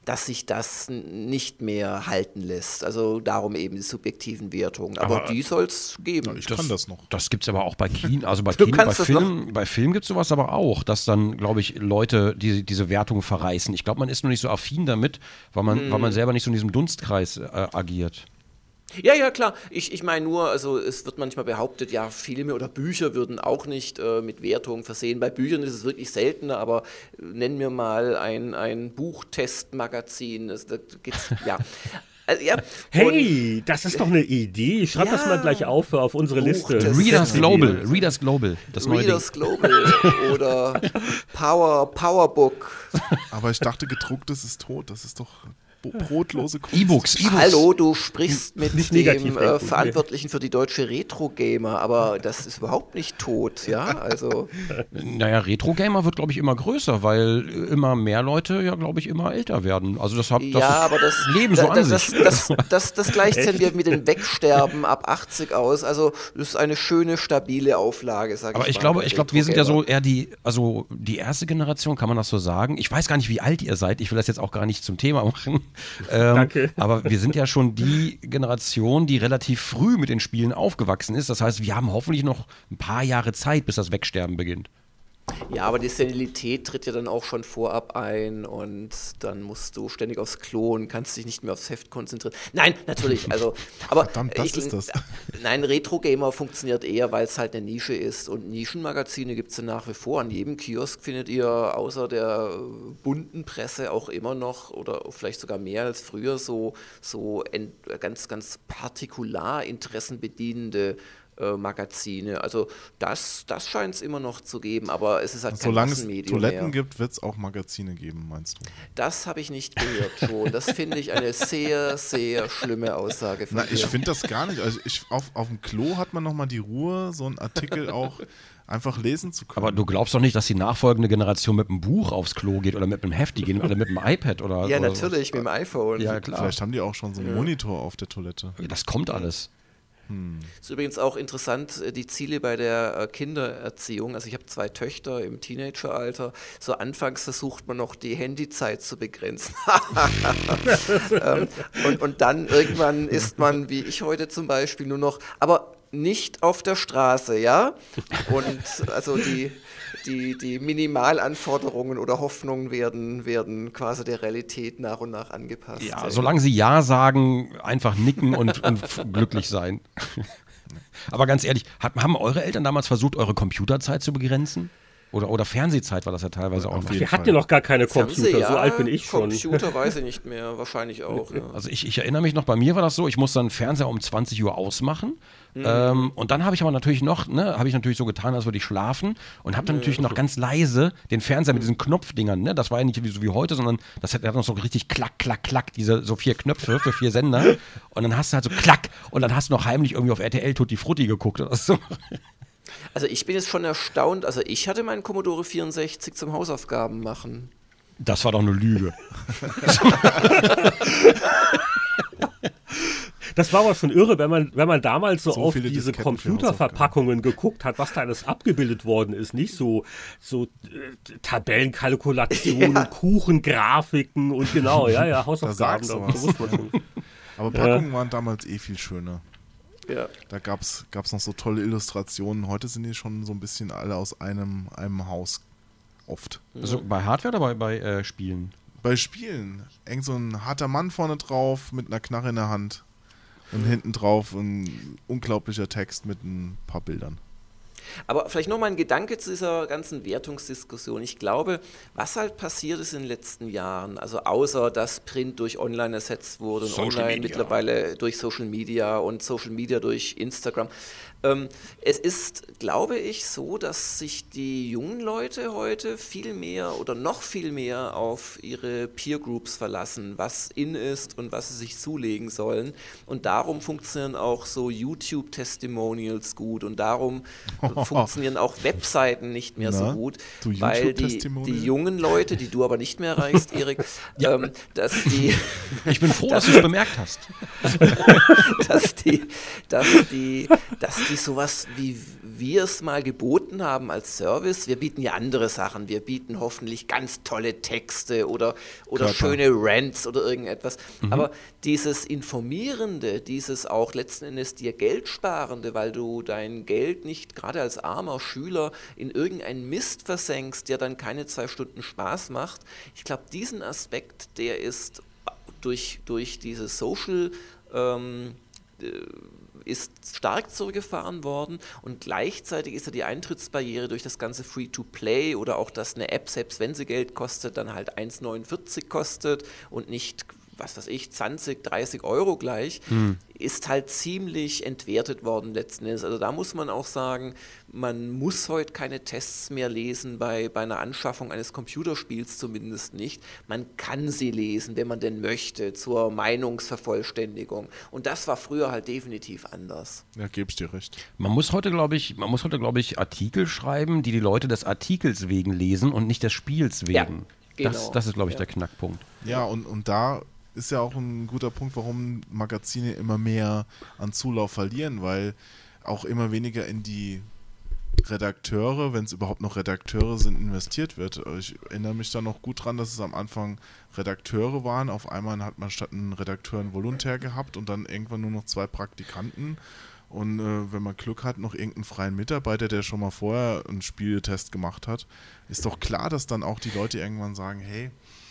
dass sich das nicht mehr halten lässt. Also darum eben die subjektiven Wertungen. Aber, aber die soll es geben. Ja, ich das, kann das noch. Das gibt es aber auch bei Kino, also bei Kino, bei Film, bei Film gibt es sowas aber auch, dass dann, glaube ich, Leute die, diese Wertung verreißen. Ich glaube, man ist nur nicht so affin damit, weil man, hm. weil man selber nicht so in diesem Dunstkreis äh, agiert. Ja, ja, klar. Ich, ich meine nur, also es wird manchmal behauptet, ja, Filme oder Bücher würden auch nicht äh, mit Wertungen versehen. Bei Büchern ist es wirklich seltener, aber äh, nennen wir mal ein, ein Buchtestmagazin. Das, das gibt's, ja. Also, ja. Hey, und, das ist doch eine Idee. Schreib ja, das mal gleich auf auf unsere Liste. Readers Global, Readers Global, das neue Readers Ding. Global oder Power, Powerbook. Aber ich dachte, gedrucktes ist tot. Das ist doch brotlose Kunst. E-Books, E-Books. Hallo, du sprichst mit nicht dem äh, Verantwortlichen für die deutsche Retro-Gamer, aber das ist überhaupt nicht tot, ja, also. Naja, Retro-Gamer wird, glaube ich, immer größer, weil immer mehr Leute ja, glaube ich, immer älter werden. Also das hat das ja, aber das Leben so da, an das, sich. Das, das, das, das gleicht dann wieder mit dem Wegsterben ab achtzig aus, also das ist eine schöne, stabile Auflage, sage ich mal. Aber ich glaube, ich glaube, wir sind ja so eher die, also die erste Generation, kann man das so sagen? Ich weiß gar nicht, wie alt ihr seid, ich will das jetzt auch gar nicht zum Thema machen. Ähm, Danke. Aber wir sind ja schon die Generation, die relativ früh mit den Spielen aufgewachsen ist. Das heißt, wir haben hoffentlich noch ein paar Jahre Zeit, bis das Wegsterben beginnt. Ja, aber die Senilität tritt ja dann auch schon vorab ein und dann musst du ständig aufs Klo und kannst dich nicht mehr aufs Heft konzentrieren. Nein, natürlich, also, aber Verdammt, das ich, ist das. Nein, Retro-Gamer funktioniert eher, weil es halt eine Nische ist und Nischenmagazine gibt es ja nach wie vor. An jedem Kiosk findet ihr außer der bunten Presse auch immer noch oder vielleicht sogar mehr als früher so, so ent, ganz, ganz partikular interessenbedienende Magazine. Also das, das scheint es immer noch zu geben, aber es ist halt kein Solange Massenmedium es Toiletten mehr. gibt, wird es auch Magazine geben, meinst du? Das habe ich nicht gehört schon. Das finde ich eine sehr, sehr schlimme Aussage von Na, dir. ich finde das gar nicht. Also ich, auf, auf dem Klo hat man nochmal die Ruhe, so einen Artikel auch einfach lesen zu können. Aber du glaubst doch nicht, dass die nachfolgende Generation mit einem Buch aufs Klo geht oder mit einem Heft, die gehen oder mit einem iPad oder Ja, oder natürlich, was. mit dem iPhone. Ja, klar. Vielleicht haben die auch schon so einen Ja. Monitor auf der Toilette. Ja, das kommt alles. Hm. Ist übrigens auch interessant, die Ziele bei der Kindererziehung. Also ich habe zwei Töchter im Teenageralter. So anfangs versucht man noch die Handyzeit zu begrenzen. ähm, und, und dann irgendwann ist man, wie ich heute zum Beispiel, nur noch, aber nicht auf der Straße, ja? Und also die, die, die Minimalanforderungen oder Hoffnungen werden, werden quasi der Realität nach und nach angepasst. Ja, solange sie Ja sagen, einfach nicken und, und glücklich sein. Aber ganz ehrlich, hat, haben eure Eltern damals versucht, eure Computerzeit zu begrenzen? Oder, oder Fernsehzeit war das ja teilweise auch noch. Wir hatten ja noch gar keine Computer, Fernseh, ja, so alt bin ich schon. Computer weiß ich nicht mehr, wahrscheinlich auch. Ja. Also ich, ich erinnere mich noch, bei mir war das so, ich musste dann Fernseher um zwanzig Uhr ausmachen. Mhm. Ähm, und dann habe ich aber natürlich noch, ne, habe ich natürlich so getan, als würde ich schlafen und habe dann natürlich noch ganz leise den Fernseher mit diesen Knopfdingern, ne, das war ja nicht so wie heute, sondern das hat, hat noch so richtig klack, klack, klack, diese so vier Knöpfe für vier Sender und dann hast du halt so klack und dann hast du noch heimlich irgendwie auf R T L Tutti Frutti geguckt oder so. Also ich bin jetzt schon erstaunt, also ich hatte meinen Commodore vierundsechzig zum Hausaufgaben machen. Das war doch eine Lüge. Das war aber schon irre, wenn man, wenn man damals so, So auf viele diese Disketten für Computerverpackungen geguckt hat, was da alles abgebildet worden ist. Nicht so, so äh, Tabellenkalkulationen, Ja. Kuchengrafiken und genau, ja, ja, Da Hausaufgaben. sagst du Da was. wusste man schon. Aber Packungen waren damals eh viel schöner. Ja. Da gab es noch so tolle Illustrationen. Heute sind die schon so ein bisschen alle aus einem, einem Haus. Oft. Also bei Hardware oder bei, bei äh, Spielen? Bei Spielen. Irgend so ein harter Mann vorne drauf mit einer Knarre in der Hand. Und hinten drauf ein unglaublicher Text mit ein paar Bildern. Aber vielleicht nochmal ein Gedanke zu dieser ganzen Wertungsdiskussion. Ich glaube, was halt passiert ist in den letzten Jahren, also außer dass Print durch Online ersetzt wurde und Social Online Media. mittlerweile durch Social Media und Social Media durch Instagram. Ähm, es ist, glaube ich, so, dass sich die jungen Leute heute viel mehr oder noch viel mehr auf ihre Peer Groups verlassen, was in ist und was sie sich zulegen sollen. Und darum funktionieren auch so YouTube-Testimonials gut und darum funktionieren auch Webseiten nicht mehr Na, so gut, du weil die, YouTube-Testimonial? die jungen Leute, die du aber nicht mehr erreichst, Erik, ja. ähm, dass die... Ich bin froh, dass du es bemerkt hast. dass die, dass die, dass die sowas wie wir es mal geboten haben als Service, wir bieten ja andere Sachen, wir bieten hoffentlich ganz tolle Texte oder, oder schöne Rants oder irgendetwas, mhm. aber dieses Informierende, dieses auch letzten Endes dir Geld sparende, weil du dein Geld nicht gerade als armer Schüler in irgendeinen Mist versenkst, der dann keine zwei Stunden Spaß macht, ich glaube, diesen Aspekt, der ist durch, durch diese Social ähm, ist stark zurückgefahren worden und gleichzeitig ist ja die Eintrittsbarriere durch das ganze Free-to-Play oder auch, dass eine App, selbst wenn sie Geld kostet, dann halt eins neunundvierzig kostet und nicht, was weiß ich, zwanzig, dreißig Euro gleich, mhm. ist halt ziemlich entwertet worden letzten Endes. Also da muss man auch sagen, man muss heute keine Tests mehr lesen, bei, bei einer Anschaffung eines Computerspiels zumindest nicht. Man kann sie lesen, wenn man denn möchte, zur Meinungsvervollständigung. Und das war früher halt definitiv anders. Ja, gebe ich dir recht. Man muss heute, glaube ich, man muss heute, glaube ich, Artikel schreiben, die die Leute des Artikels wegen lesen und nicht des Spiels wegen. Ja, genau. Das, das ist, glaube ich, ja. der Knackpunkt. Ja, und, und da ist ja auch ein guter Punkt, warum Magazine immer mehr an Zulauf verlieren, weil auch immer weniger in die Redakteure, wenn es überhaupt noch Redakteure sind, investiert wird. Ich erinnere mich da noch gut dran, dass es am Anfang Redakteure waren. Auf einmal hat man statt einen Redakteur einen Volontär gehabt und dann irgendwann nur noch zwei Praktikanten. Und äh, wenn man Glück hat, noch irgendeinen freien Mitarbeiter, der schon mal vorher einen Spieltest gemacht hat, ist doch klar, dass dann auch die Leute irgendwann sagen, hey,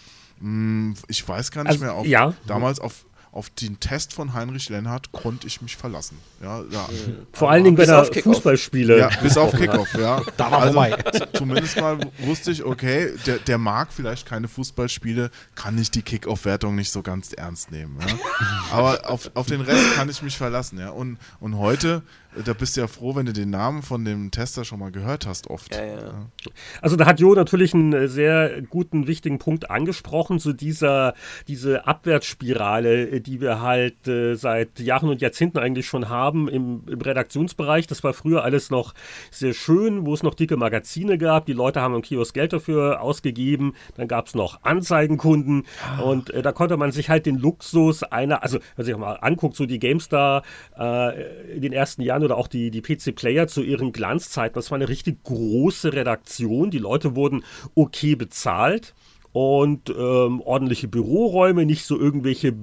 mh, ich weiß gar nicht also, mehr, auf, ja. damals auf Auf den Test von Heinrich Lennart konnte ich mich verlassen. Ja, ja. Vor allen Dingen, wenn er Fußballspiele. Ja, bis auf Kickoff, ja. Da war also, vorbei. Zumindest mal wusste ich, okay, der, der mag vielleicht keine Fußballspiele, kann ich die Kickoff-Wertung nicht so ganz ernst nehmen. Ja. Aber auf, auf den Rest kann ich mich verlassen. Ja. Und, und heute, da bist du ja froh, wenn du den Namen von dem Tester schon mal gehört hast, oft. Ja, ja. Ja. Also da hat Jo natürlich einen sehr guten, wichtigen Punkt angesprochen, so dieser, diese Abwärtsspirale, die wir halt äh, seit Jahren und Jahrzehnten eigentlich schon haben im, im Redaktionsbereich. Das war früher alles noch sehr schön, wo es noch dicke Magazine gab. Die Leute haben im Kiosk Geld dafür ausgegeben. Dann gab es noch Anzeigenkunden und äh, da konnte man sich halt den Luxus einer, also wenn man sich auch mal anguckt, so die GameStar äh, in den ersten Jahren oder auch die, die P C-Player zu ihren Glanzzeiten, das war eine richtig große Redaktion. Die Leute wurden okay bezahlt. Und ähm, ordentliche Büroräume, nicht so irgendwelche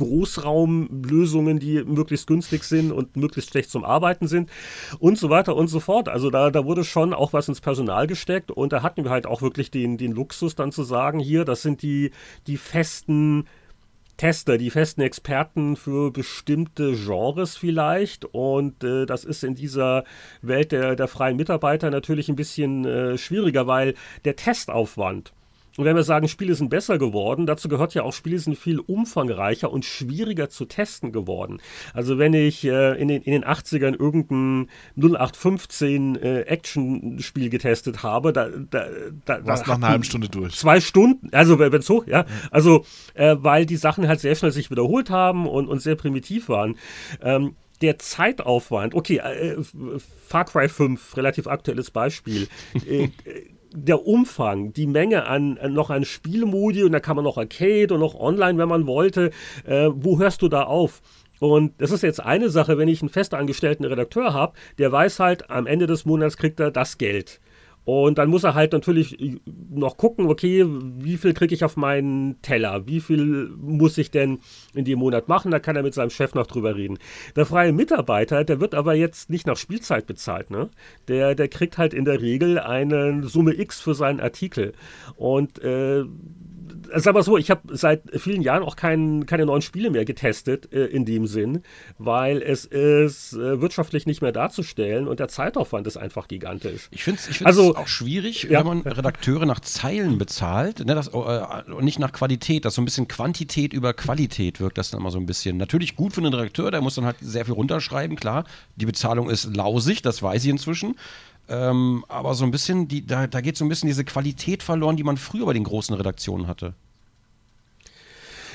Großraumlösungen, die möglichst günstig sind und möglichst schlecht zum Arbeiten sind und so weiter und so fort. Also da, da wurde schon auch was ins Personal gesteckt und da hatten wir halt auch wirklich den, den Luxus dann zu sagen, hier, das sind die, die festen Tester, die festen Experten für bestimmte Genres vielleicht und äh, das ist in dieser Welt der, der freien Mitarbeiter natürlich ein bisschen äh, schwieriger, weil der Testaufwand, und wenn wir sagen, Spiele sind besser geworden, dazu gehört ja auch, Spiele sind viel umfangreicher und schwieriger zu testen geworden. Also wenn ich äh, in, den, in den achtzigern irgendein null acht fünfzehn äh, Action-Spiel getestet habe, da, da, da warst nach einer halben Stunde durch. Zwei Stunden, also wenn es so, ja, also äh, weil die Sachen halt sehr schnell sich wiederholt haben und, und sehr primitiv waren. Ähm, Der Zeitaufwand, okay, äh, Far Cry fünf, relativ aktuelles Beispiel, äh, der Umfang, die Menge an, an noch an Spielmodi und da kann man noch Arcade und noch online, wenn man wollte, äh, wo hörst du da auf? Und das ist jetzt eine Sache, wenn ich einen festangestellten Redakteur habe, der weiß halt, am Ende des Monats kriegt er das Geld. Und dann muss er halt natürlich noch gucken, okay, wie viel kriege ich auf meinen Teller? Wie viel muss ich denn in dem Monat machen? Da kann er mit seinem Chef noch drüber reden. Der freie Mitarbeiter, der wird aber jetzt nicht nach Spielzeit bezahlt, ne? Der, der kriegt halt in der Regel eine Summe X für seinen Artikel. Und äh, sagen wir so, ich habe seit vielen Jahren auch kein, keine neuen Spiele mehr getestet äh, in dem Sinn, weil es ist äh, wirtschaftlich nicht mehr darzustellen und der Zeitaufwand ist einfach gigantisch. Ich finde es ich also, auch schwierig, ja. wenn man Redakteure nach Zeilen bezahlt, ne, das, äh, und nicht nach Qualität, dass so ein bisschen Quantität über Qualität wirkt das dann immer so ein bisschen. Natürlich gut für einen Redakteur, der muss dann halt sehr viel runterschreiben, klar, die Bezahlung ist lausig, das weiß ich inzwischen. Ähm, aber so ein bisschen, die, da, da geht so ein bisschen diese Qualität verloren, die man früher bei den großen Redaktionen hatte.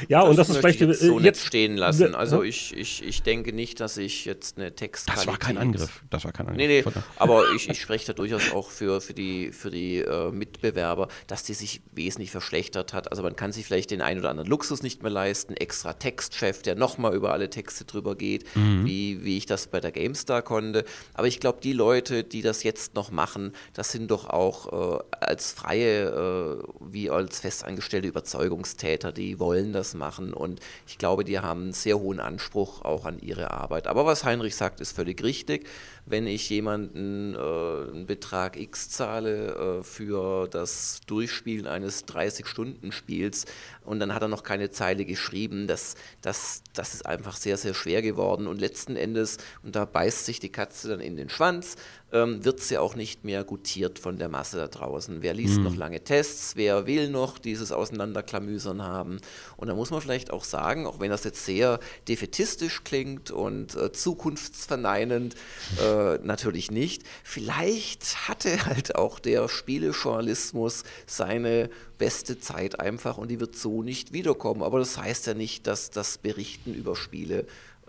Ja, das und das ist vielleicht ich jetzt so äh, jetzt stehen lassen. Ne, Also ich, ich, ich denke nicht, dass ich jetzt eine Textqualität... Das war kein Angriff. Das war kein Angriff. Nee, nee, aber ich, ich spreche da durchaus auch für, für die, für die äh, Mitbewerber, dass die sich wesentlich verschlechtert hat. Also man kann sich vielleicht den einen oder anderen Luxus nicht mehr leisten, extra Textchef, der nochmal über alle Texte drüber geht, mhm. wie, wie ich das bei der GameStar konnte. Aber ich glaube, die Leute, die das jetzt noch machen, das sind doch auch äh, als freie, äh, wie als festangestellte Überzeugungstäter, die wollen das machen und ich glaube, die haben einen sehr hohen Anspruch auch an ihre Arbeit. Aber was Heinrich sagt, ist völlig richtig. Wenn ich jemanden äh, einen Betrag X zahle äh, für das Durchspielen eines dreißig-Stunden-Spiels und dann hat er noch keine Zeile geschrieben, das, das, das ist einfach sehr, sehr schwer geworden und letzten Endes, und da beißt sich die Katze dann in den Schwanz, ähm, wird sie auch nicht mehr gutiert von der Masse da draußen. Wer liest mhm. noch lange Tests, wer will noch dieses Auseinanderklamüsern haben? Und da muss man vielleicht auch sagen, auch wenn das jetzt sehr defätistisch klingt und äh, zukunftsverneinend, äh, natürlich nicht, vielleicht hatte halt auch der Spielejournalismus seine beste Zeit einfach und die wird so nicht wiederkommen. Aber das heißt ja nicht, dass das Berichten über Spiele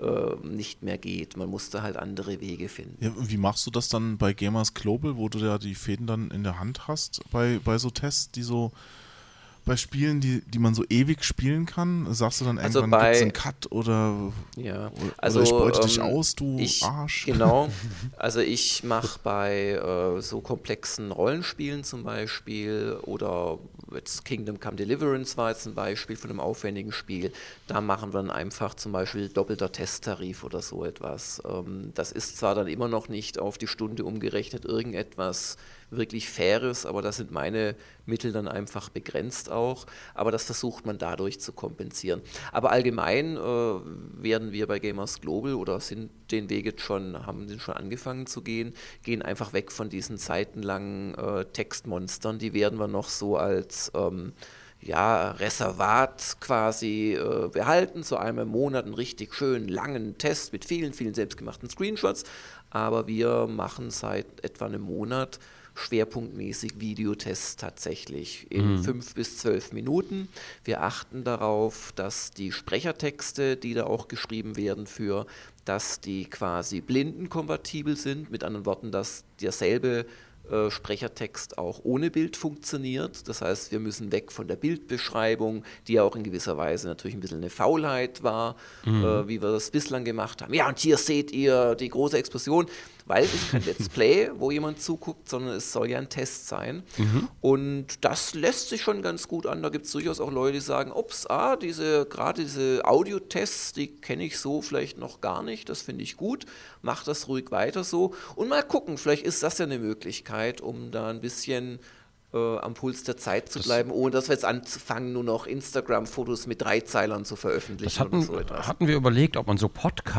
nicht mehr geht. Man musste halt andere Wege finden. Ja, wie machst du das dann bei Gamers Global, wo du ja die Fäden dann in der Hand hast, bei, bei so Tests, die so bei Spielen, die, die man so ewig spielen kann? Sagst du dann also irgendwann, bei, gibt's einen Cut oder, ja, oder also, ich beute ähm, dich aus, du ich, Arsch? Genau, also ich mache bei äh, so komplexen Rollenspielen zum Beispiel oder jetzt Kingdom Come Deliverance war jetzt ein Beispiel von einem aufwendigen Spiel, da machen wir dann einfach zum Beispiel doppelter Testtarif oder so etwas. Ähm, das ist zwar dann immer noch nicht auf die Stunde umgerechnet irgendetwas wirklich Faires, aber da sind meine Mittel dann einfach begrenzt auch, aber das versucht man dadurch zu kompensieren. Aber allgemein äh, werden wir bei Gamers Global oder sind den Weg jetzt schon, haben den schon angefangen zu gehen, gehen einfach weg von diesen seitenlangen äh, Textmonstern, die werden wir noch so als ähm, ja, Reservat quasi äh, behalten, zu einem im Monat einen richtig schönen langen Test mit vielen, vielen selbstgemachten Screenshots, aber wir machen seit etwa einem Monat schwerpunktmäßig Videotests tatsächlich in mhm. fünf bis zwölf Minuten. Wir achten darauf, dass die Sprechertexte, die da auch geschrieben werden für, dass die quasi blindenkompatibel sind, mit anderen Worten, dass derselbe äh, Sprechertext auch ohne Bild funktioniert. Das heißt, wir müssen weg von der Bildbeschreibung, die ja auch in gewisser Weise natürlich ein bisschen eine Faulheit war, mhm. äh, wie wir das bislang gemacht haben. Ja, und hier seht ihr die große Explosion. Weil es ist kein Let's Play, wo jemand zuguckt, sondern es soll ja ein Test sein. Mhm. Und das lässt sich schon ganz gut an. Da gibt es durchaus auch Leute, die sagen, ups, ah, diese, gerade diese Audiotests, die kenne ich so vielleicht noch gar nicht. Das finde ich gut. Mach das ruhig weiter so. Und mal gucken, vielleicht ist das ja eine Möglichkeit, um da ein bisschen Äh, am Puls der Zeit zu das bleiben, ohne dass wir jetzt anfangen, nur noch Instagram-Fotos mit Dreizeilern zu veröffentlichen. Das hatten, oder so etwas. hatten wir überlegt, ob man so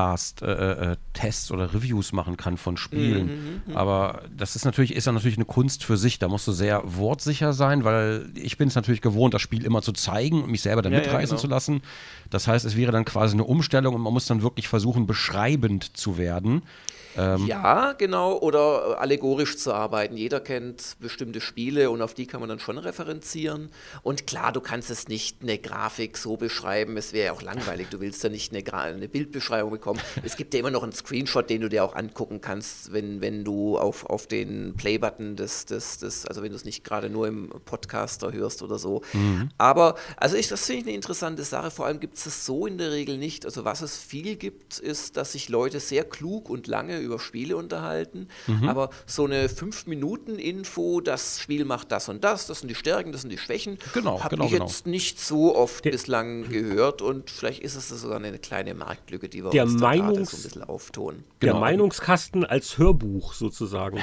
Podcast-Tests äh, oder Reviews machen kann von Spielen. Mhm, Aber das ist natürlich, ist ja natürlich eine Kunst für sich. Da musst du sehr wortsicher sein, weil ich bin es natürlich gewohnt, das Spiel immer zu zeigen und mich selber dann ja, mitreißen ja, genau. zu lassen. Das heißt, es wäre dann quasi eine Umstellung und man muss dann wirklich versuchen, beschreibend zu werden. Ähm ja, genau, oder allegorisch zu arbeiten. Jeder kennt bestimmte Spiele und auf die kann man dann schon referenzieren. Und klar, du kannst es nicht eine Grafik so beschreiben, es wäre ja auch langweilig. Du willst ja nicht eine, Gra- eine Bildbeschreibung bekommen. Es gibt ja immer noch einen Screenshot, den du dir auch angucken kannst, wenn, wenn du auf, auf den Play-Button des, des, des, also wenn du es nicht gerade nur im Podcaster hörst oder so. Mhm. Aber, also ich, das finde ich eine interessante Sache. Vor allem gibt es das so in der Regel nicht. Also was es viel gibt, ist, dass sich Leute sehr klug und lange über Spiele unterhalten, mhm. aber so eine fünf Minuten Info, das Spiel macht das und das, das sind die Stärken, das sind die Schwächen, genau, habe genau, ich genau. jetzt nicht so oft der, bislang gehört und vielleicht ist es sogar eine kleine Marktlücke, die wir der uns Meinungs- da gerade so ein bisschen auftun. Der genau. Meinungskasten als Hörbuch sozusagen.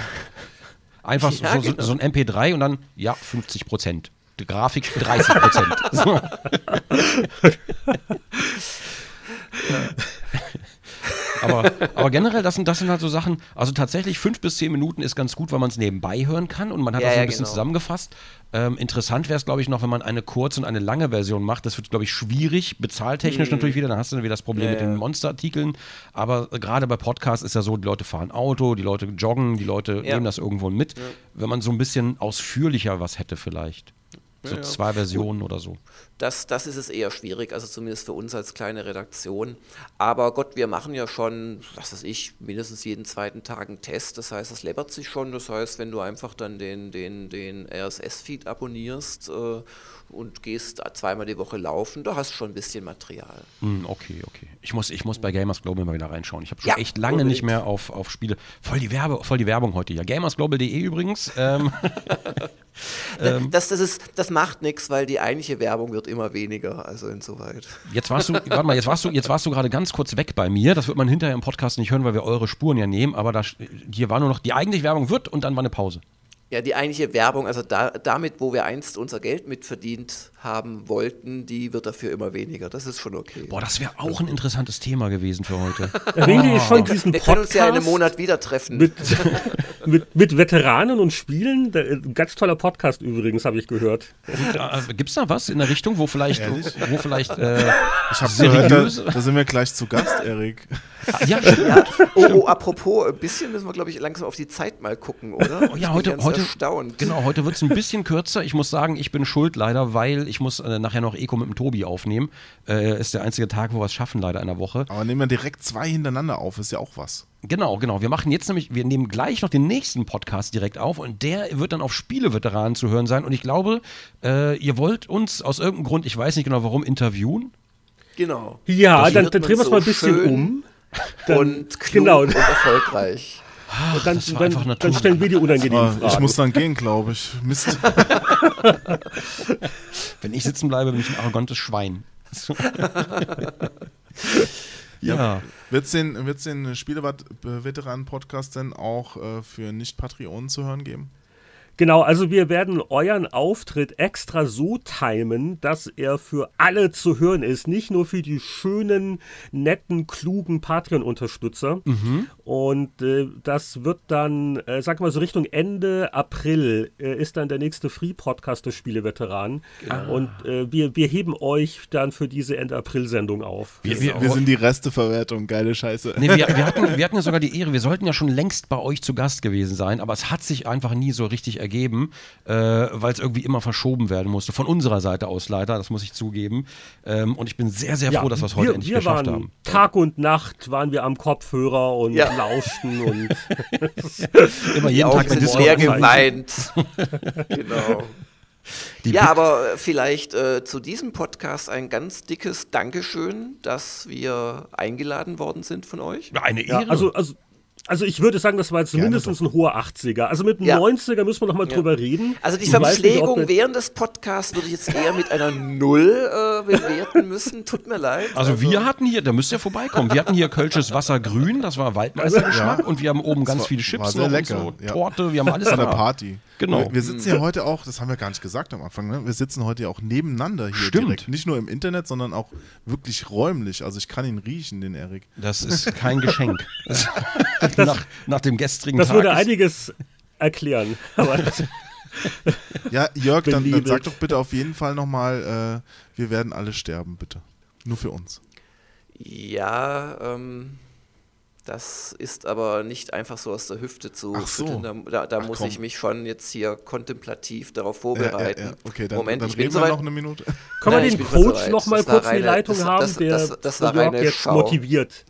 Einfach ja, so, genau. so, so ein M P drei und dann, ja, fünfzig Prozent. Die Grafik dreißig Prozent. So. ja. Aber, aber generell, das sind, das sind halt so Sachen, also tatsächlich fünf bis zehn Minuten ist ganz gut, weil man es nebenbei hören kann und man hat ja, das so ein ja, bisschen genau. zusammengefasst. Ähm, interessant wäre es, glaube ich, noch, wenn man eine kurze und eine lange Version macht. Das wird, glaube ich, schwierig, bezahltechnisch mhm. natürlich wieder, dann hast du dann wieder das Problem ja, mit den Monsterartikeln. Aber gerade bei Podcasts ist ja so, die Leute fahren Auto, die Leute joggen, die Leute ja. nehmen das irgendwo mit. Ja. Wenn man so ein bisschen ausführlicher was hätte vielleicht. So ja, zwei Versionen oder so. Das, das ist es eher schwierig, also zumindest für uns als kleine Redaktion. Aber Gott, wir machen ja schon, was weiß ich, mindestens jeden zweiten Tag einen Test. Das heißt, das läppert sich schon. Das heißt, wenn du einfach dann den, den, den R S S-Feed abonnierst äh, und gehst zweimal die Woche laufen, da hast du schon ein bisschen Material. Hm, okay, okay. Ich muss, ich muss bei Gamers Global mal wieder reinschauen. Ich habe schon Ja, echt lange unbedingt. nicht mehr auf, auf Spiele. Voll die, Werbe, voll die Werbung heute. Ja, gamersglobal punkt de übrigens. Ähm, ähm, Das, das, ist, das macht nichts, weil die eigentliche Werbung wird immer weniger, also insoweit. Jetzt warst du, warte mal, jetzt warst du, jetzt warst du gerade ganz kurz weg bei mir. Das wird man hinterher im Podcast nicht hören, weil wir eure Spuren ja nehmen. Aber da, hier war nur noch die eigentliche Werbung wird und dann war eine Pause. Ja, die eigentliche Werbung, also da, damit, wo wir einst unser Geld mitverdient haben wollten, die wird dafür immer weniger. Das ist schon okay. Boah, das wäre auch ein interessantes Thema gewesen für heute. Erwähnt ihr schon diesen Wir können uns ja in einem Podcast Monat wieder treffen. mit, mit, mit Veteranen und Spielen? Da- Ein ganz toller Podcast übrigens, habe ich gehört. Gibt es da was in der Richtung, wo vielleicht, Ehrlich? wo vielleicht äh, Ich habe gehört, seriös? da, da sind wir gleich zu Gast, Erik. Ja, stimmt. Ja. Oh, oh, apropos, ein bisschen müssen wir, glaube ich, langsam auf die Zeit mal gucken, oder? Oh ja, Ich heute- bin ganz heute- erstaunt. Genau, heute wird es ein bisschen kürzer. Ich muss sagen, ich bin schuld leider, weil ich muss äh, nachher noch Eco mit dem Tobi aufnehmen. Äh, ist der einzige Tag, wo wir es schaffen, leider in der Woche. Aber nehmen wir direkt zwei hintereinander auf, ist ja auch was. Genau, genau. Wir machen jetzt nämlich, wir nehmen gleich noch den nächsten Podcast direkt auf und der wird dann auf Spieleveteranen zu hören sein. Und ich glaube, äh, ihr wollt uns aus irgendeinem Grund, ich weiß nicht genau warum, interviewen. Genau. Ja, Das dann, wird dann man drehen wir es so mal ein bisschen schön um. Dann, Und klug genau. und erfolgreich. Und dann, das war einfach dann, Natur. dann stellen wir die unangenehmen Ah, Fragen. ich muss dann gehen, glaube ich. Mist. Wenn ich sitzen bleibe, bin ich ein arrogantes Schwein. Ja. Wird es den, wird's den Spieleveteranen-Podcast denn auch äh, für Nicht-Patreonen zu hören geben? Genau, also wir werden euren Auftritt extra so timen, dass er für alle zu hören ist. Nicht nur für die schönen, netten, klugen Patreon-Unterstützer. Und äh, das wird dann, äh, sag mal so Richtung Ende April äh, ist dann der nächste Free-Podcast des Spieleveteranen. Und äh, wir, wir heben euch dann für diese Ende-April-Sendung auf. Wir, wir, Wir sind die Resteverwertung, geile Scheiße. Nee, wir, wir, hatten, wir hatten ja sogar die Ehre, wir sollten ja schon längst bei euch zu Gast gewesen sein, aber es hat sich einfach nie so richtig ergeben, äh, weil es irgendwie immer verschoben werden musste. Von unserer Seite aus leider, das muss ich zugeben. Ähm, und ich bin sehr, sehr froh, dass wir es heute wir, endlich wir geschafft waren haben. Tag und Nacht waren wir am Kopfhörer und Ja. lauschten und Immer Die jeden Augen Tag bei sind Discord. mehr Anzeigen. geweint. Genau. Die Ja, Big- aber vielleicht äh, zu diesem Podcast ein ganz dickes Dankeschön, dass wir eingeladen worden sind von euch. Eine ja, Ehre. also, also, also ich würde sagen, das war jetzt Gerne mindestens ein hoher achtziger. Also mit einem Ja. neunziger müssen wir noch mal Ja. drüber reden. Also die Ich weiß nicht, ob Verpflegung wir- während des Podcasts würde ich jetzt eher mit einer Null äh, bewerten müssen. Tut mir leid. Also wir hatten hier, da müsst ihr vorbeikommen, wir hatten hier Kölsches Wasser grün, das war Waldmeistergeschmack und wir haben oben ganz war- viele war Chips sehr noch lecker, und so, ja. Torte, wir haben alles Bei der da. Party. Genau. Wir, wir sitzen ja heute auch, das haben wir gar nicht gesagt am Anfang, ne? Wir sitzen heute ja auch nebeneinander hier Stimmt. direkt. Nicht nur im Internet, sondern auch wirklich räumlich. Also ich kann ihn riechen, den Erik. Das ist kein Geschenk. nach, nach dem gestrigen Das Tag würde ist- einiges erklären. Aber Ja, Jörg, dann, dann Beliebig. sag doch bitte auf jeden Fall nochmal, äh, wir werden alle sterben, bitte. Nur für uns. Ja, ähm, das ist aber nicht einfach so aus der Hüfte zu Ach so. schütteln. Da, da, da Ach, muss komm. ich mich schon jetzt hier kontiplativ darauf Ja, vorbereiten. ja, ja. Okay, dann, Moment, dann ich bin reden wir soweit. noch eine Minute. können Nein, wir ich den bin voll Coach soweit. noch mal Das war kurz in die reine- Leitung das- haben, das- der das- das war Jörg reine jetzt Schau. motiviert?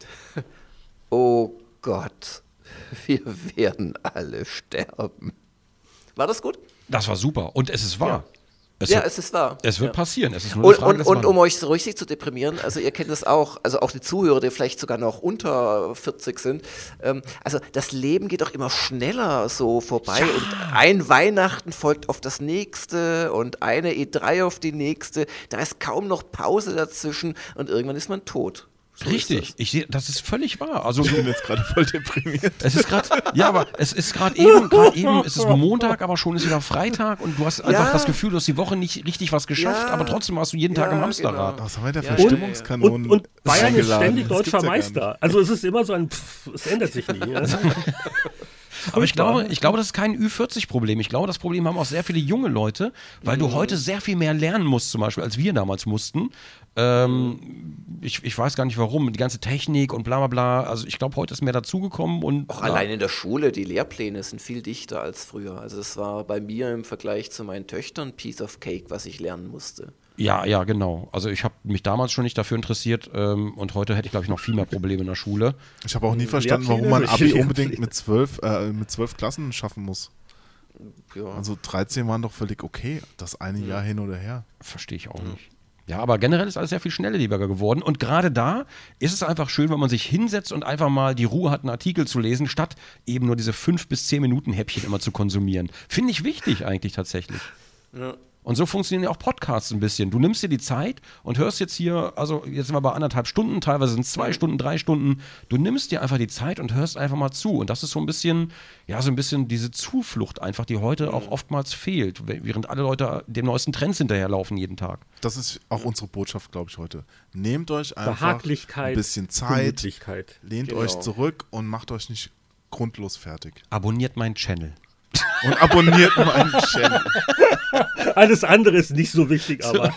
Oh Gott, wir werden alle sterben. War das gut? Das war super und es ist wahr. Es, Ja, wird, es ist wahr. es wird Ja. passieren, es ist nur eine Und, Frage und, des und Wann. um euch so richtig zu deprimieren, also ihr kennt das auch, also auch die Zuhörer, die vielleicht sogar noch unter vierzig sind, ähm, also das Leben geht auch immer schneller so vorbei und ein Weihnachten folgt auf das nächste und eine E drei auf die nächste, da ist kaum noch Pause dazwischen und irgendwann ist man tot. So ist Richtig, das. ich sehe, das ist völlig wahr. Also Ich bin jetzt gerade voll deprimiert. es ist gerade, ja, aber es ist gerade eben, gerade eben, es ist Montag, aber schon ist wieder Freitag und du hast einfach Ja. das Gefühl, du hast die Woche nicht richtig was geschafft, Ja. aber trotzdem warst du jeden Tag Ja, im Hamsterrad. genau. Was haben wir da für Ja, ja, ja. Stimmungskanonen? Und, und Bayern ist eingeladen? ständig Das deutscher gibt's ja gar Meister. Also es ist immer so ein Pff, es ändert sich nie. Ja. Aber ich glaube, ich glaube, das ist kein Ü vierzig Problem. Ich glaube, das Problem haben auch sehr viele junge Leute, weil mhm. du heute sehr viel mehr lernen musst, zum Beispiel, als wir damals mussten. Ähm, ich, ich weiß gar nicht warum. Die ganze Technik und bla bla bla. Also ich glaube, heute ist mehr dazugekommen. Und auch ja. allein in der Schule, die Lehrpläne sind viel dichter als früher. Also es war bei mir im Vergleich zu meinen Töchtern Piece of Cake, was ich lernen musste. Ja, ja, genau. Also ich habe mich damals schon nicht dafür interessiert ähm, und heute hätte ich, glaube ich, noch viel mehr Probleme in der Schule. Ich habe auch nie verstanden, warum man Abi unbedingt mit zwölf, äh, mit zwölf Klassen schaffen muss. Ja. Also dreizehn waren doch völlig okay, das eine ja. Jahr hin oder her. Verstehe ich auch ja. nicht. Ja, aber generell ist alles sehr viel schnelllebiger geworden und gerade da ist es einfach schön, wenn man sich hinsetzt und einfach mal die Ruhe hat, einen Artikel zu lesen, statt eben nur diese fünf bis zehn Minuten Häppchen immer zu konsumieren. Finde ich wichtig eigentlich tatsächlich. Ja. Und so funktionieren ja auch Podcasts ein bisschen. Du nimmst dir die Zeit und hörst jetzt hier, also jetzt sind wir bei anderthalb Stunden, teilweise sind es zwei Stunden, drei Stunden. Du nimmst dir einfach die Zeit und hörst einfach mal zu. Und das ist so ein bisschen, ja, so ein bisschen diese Zuflucht einfach, die heute auch oftmals fehlt, während alle Leute dem neuesten Trends hinterherlaufen jeden Tag. Das ist auch unsere Botschaft, glaube ich, heute. Nehmt euch einfach ein bisschen Zeit, lehnt genau. euch zurück und macht euch nicht grundlos fertig. Abonniert meinen Channel. Und abonniert meinen Channel. Alles andere ist nicht so wichtig, aber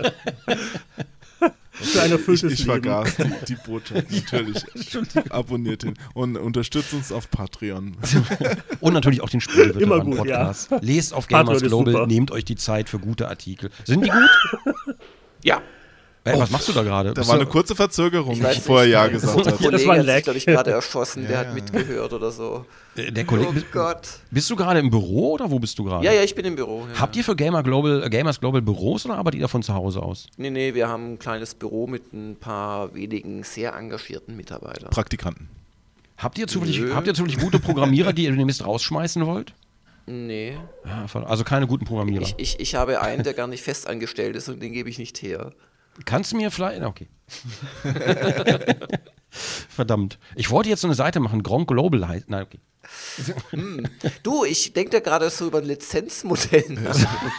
für ein erfülltes Ich, ich vergaß die, die Botschaft, natürlich. Abonniert ihn und unterstützt uns auf Patreon. Und natürlich auch den Spieleveteranen-Podcast. Ja. Lest auf Gamers Global, nehmt euch die Zeit für gute Artikel. Sind die gut? Ja. Hey, was machst du da gerade? Da war eine kurze Verzögerung, wie ich vorher Ja gesagt habe. Das war ein Lag. Der hat sich, glaube ich, gerade erschossen, der ja, hat ja. mitgehört oder so. Der Kollege, oh Gott. Bist du gerade im Büro oder wo bist du gerade? Ja, ja, ich bin im Büro. Ja. Habt ihr für Gamer Global, äh, Gamers Global Büros oder arbeitet ihr von zu Hause aus? Nee, nee, wir haben ein kleines Büro mit ein paar wenigen sehr engagierten Mitarbeitern. Praktikanten. Habt ihr zufällig, habt ihr zufällig gute Programmierer, die ihr demnächst rausschmeißen wollt? Nee. Also keine guten Programmierer. Ich, ich, ich habe einen, der gar nicht festangestellt ist und den gebe ich nicht her. Kannst du mir vielleicht... Okay. Verdammt. Ich wollte jetzt so eine Seite machen, Gronk Global heißt... Nein, okay. Hm. Du, ich denke da gerade so über ein Lizenzmodell nach.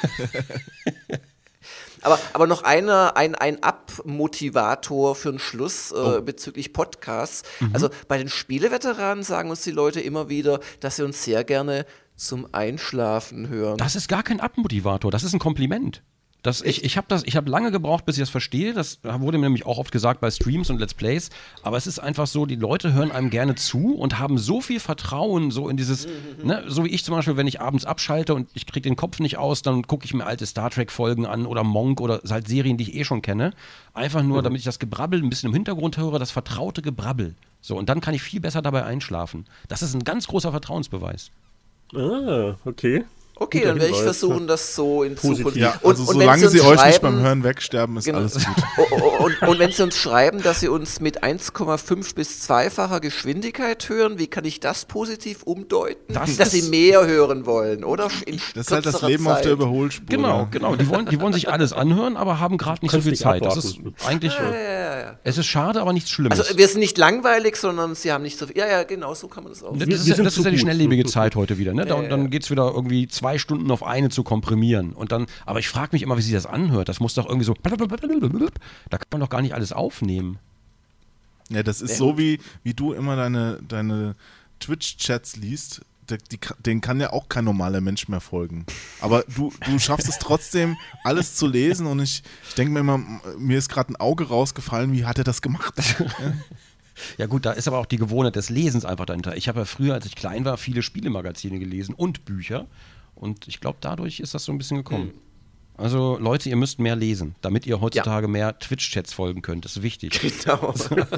aber, aber noch eine, ein, ein Abmotivator für den Schluss äh, oh. bezüglich Podcasts. Mhm. Also bei den Spieleveteranen sagen uns die Leute immer wieder, dass sie uns sehr gerne zum Einschlafen hören. Das ist gar kein Abmotivator, das ist ein Kompliment. Das, ich ich habe hab lange gebraucht, bis ich das verstehe. Das wurde mir nämlich auch oft gesagt bei Streams und Let's Plays. Aber es ist einfach so, die Leute hören einem gerne zu und haben so viel Vertrauen so in dieses, mhm. ne, so wie ich zum Beispiel, wenn ich abends abschalte und ich kriege den Kopf nicht aus, dann gucke ich mir alte Star Trek-Folgen an oder Monk oder halt Serien, die ich eh schon kenne. Einfach nur, mhm. damit ich das Gebrabbel ein bisschen im Hintergrund höre, das vertraute Gebrabbel. So, und dann kann ich viel besser dabei einschlafen. Das ist ein ganz großer Vertrauensbeweis. Ah, okay. Okay, dann werde ich versuchen, das so in Positiv. Zukunft. Ja, also und, und solange sie, sie euch nicht beim Hören wegsterben, ist genau. alles gut. und, und, und wenn sie uns schreiben, dass sie uns mit eins Komma fünf bis zweifacher Geschwindigkeit hören, wie kann ich das positiv umdeuten? Das dass sie mehr hören wollen, oder? In das ist halt das Leben Zeit. Auf der Überholspur. Genau, genau. Die wollen, die wollen sich alles anhören, aber haben gerade nicht so viel Zeit. Das ist eigentlich. Ja, ja, ja. Es ist schade, aber nichts Schlimmes. Also wir sind nicht langweilig, sondern sie haben nicht so viel. Ja, ja, genau, so kann man das auch. Das, ist, das ist ja die schnelllebige Zeit heute wieder. Ne? Da, ja, ja. Dann geht es wieder irgendwie zwei Stunden auf eine zu komprimieren. Und dann, aber ich frage mich immer, wie sich das anhört. Das muss doch irgendwie so. Da kann man doch gar nicht alles aufnehmen. Ja, das ist ja. so, wie, wie du immer deine, deine Twitch-Chats liest. Der, die, den kann ja auch kein normaler Mensch mehr folgen. Aber du, du schaffst es trotzdem, alles zu lesen. Und ich, ich denke mir immer, mir ist gerade ein Auge rausgefallen. Wie hat er das gemacht? Ja? Ja gut, da ist aber auch die Gewohnheit des Lesens einfach dahinter. Ich habe ja früher, als ich klein war, viele Spielemagazine gelesen und Bücher. Und ich glaube, dadurch ist das so ein bisschen gekommen. Mhm. Also Leute, ihr müsst mehr lesen, damit ihr heutzutage ja. mehr Twitch-Chats folgen könnt. Das ist wichtig. Genau.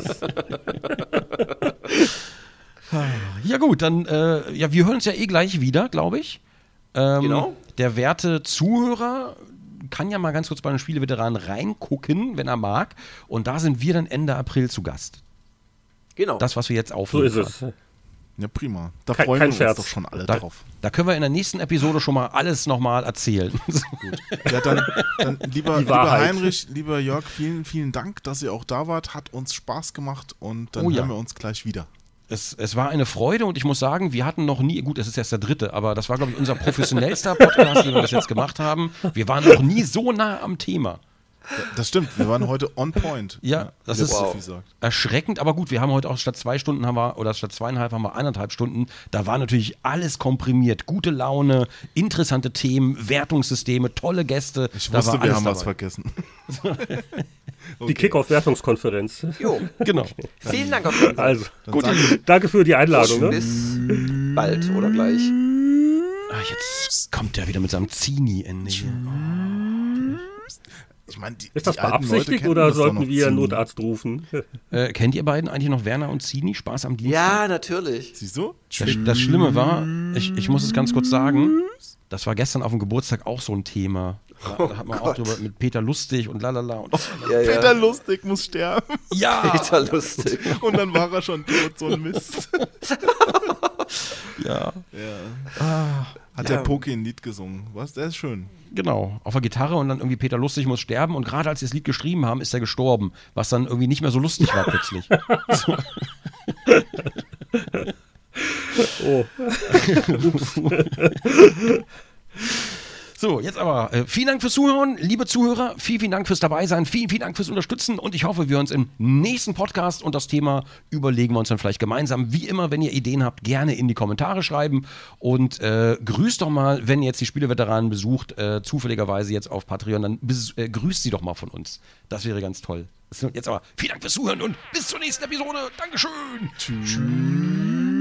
Ja gut, dann, äh, ja, wir hören uns ja eh gleich wieder, glaube ich. Ähm, genau. Der werte Zuhörer kann ja mal ganz kurz bei den Spieleveteranen reingucken, wenn er mag. Und da sind wir dann Ende April zu Gast. Genau. Das, was wir jetzt aufnehmen. So ist es. Ja, prima. Da kein, freuen kein wir Scherz. uns doch schon alle da, drauf. Da können wir in der nächsten Episode schon mal alles nochmal erzählen. Gut. Ja, dann, dann lieber, lieber Heinrich, lieber Jörg, vielen, vielen Dank, dass ihr auch da wart. Hat uns Spaß gemacht und dann oh, ja. hören wir uns gleich wieder. Es, es war eine Freude und ich muss sagen, wir hatten noch nie, gut, es ist erst der dritte, aber das war, glaube ich, unser professionellster Podcast, den wir das jetzt gemacht haben. Wir waren noch nie so nah am Thema. Das stimmt, wir waren heute on point. Ja, das ist wow. erschreckend, aber gut, wir haben heute auch statt zwei Stunden haben wir, oder statt zweieinhalb haben wir eineinhalb Stunden. Da war natürlich alles komprimiert. Gute Laune, interessante Themen, Wertungssysteme, tolle Gäste. Ich da wusste, war wir alles haben was dabei. vergessen. Die Okay. Kick-Off-Wertungskonferenz. Jo, Genau. vielen Dank auf jeden Fall. Also, Dann gut, sag ich- danke für die Einladung. Ne? Bis bald oder gleich. Ah, jetzt kommt der wieder mit seinem Zini-Ende hier. Ich meine, die, Ist das die alten Leute beabsichtigt kennen oder das doch sollten noch wir einen ziemlich. Notarzt rufen? Äh, kennt ihr beiden eigentlich noch Werner und Zini? Spaß am Dienstag? Ja, natürlich. Siehst du? Das, das Schlimme war, ich, ich muss es ganz kurz sagen, das war gestern auf dem Geburtstag auch so ein Thema. Da, da hat man auch drüber mit Peter Lustig und lalala. Und Ja, ja. Peter Lustig muss sterben. ja, Peter lustig. Und dann war er schon tot, so ein Mist. ja, Ja. Hat Ja. der Poki ein Lied gesungen. Was? Der ist schön. genau. Auf der Gitarre und dann irgendwie Peter Lustig muss sterben. Und gerade als sie das Lied geschrieben haben, ist er gestorben. Was dann irgendwie nicht mehr so lustig war plötzlich. So. Oh. So, jetzt aber äh, vielen Dank fürs Zuhören, liebe Zuhörer, vielen, vielen Dank fürs Dabeisein, vielen, vielen Dank fürs Unterstützen und ich hoffe, wir uns im nächsten Podcast und das Thema überlegen wir uns dann vielleicht gemeinsam. Wie immer, wenn ihr Ideen habt, gerne in die Kommentare schreiben und äh, grüßt doch mal, wenn ihr jetzt die Spieleveteranen besucht, äh, zufälligerweise jetzt auf Patreon, dann bes- äh, grüßt sie doch mal von uns. Das wäre ganz toll. So, jetzt aber vielen Dank fürs Zuhören und bis zur nächsten Episode. Dankeschön. Tschüss.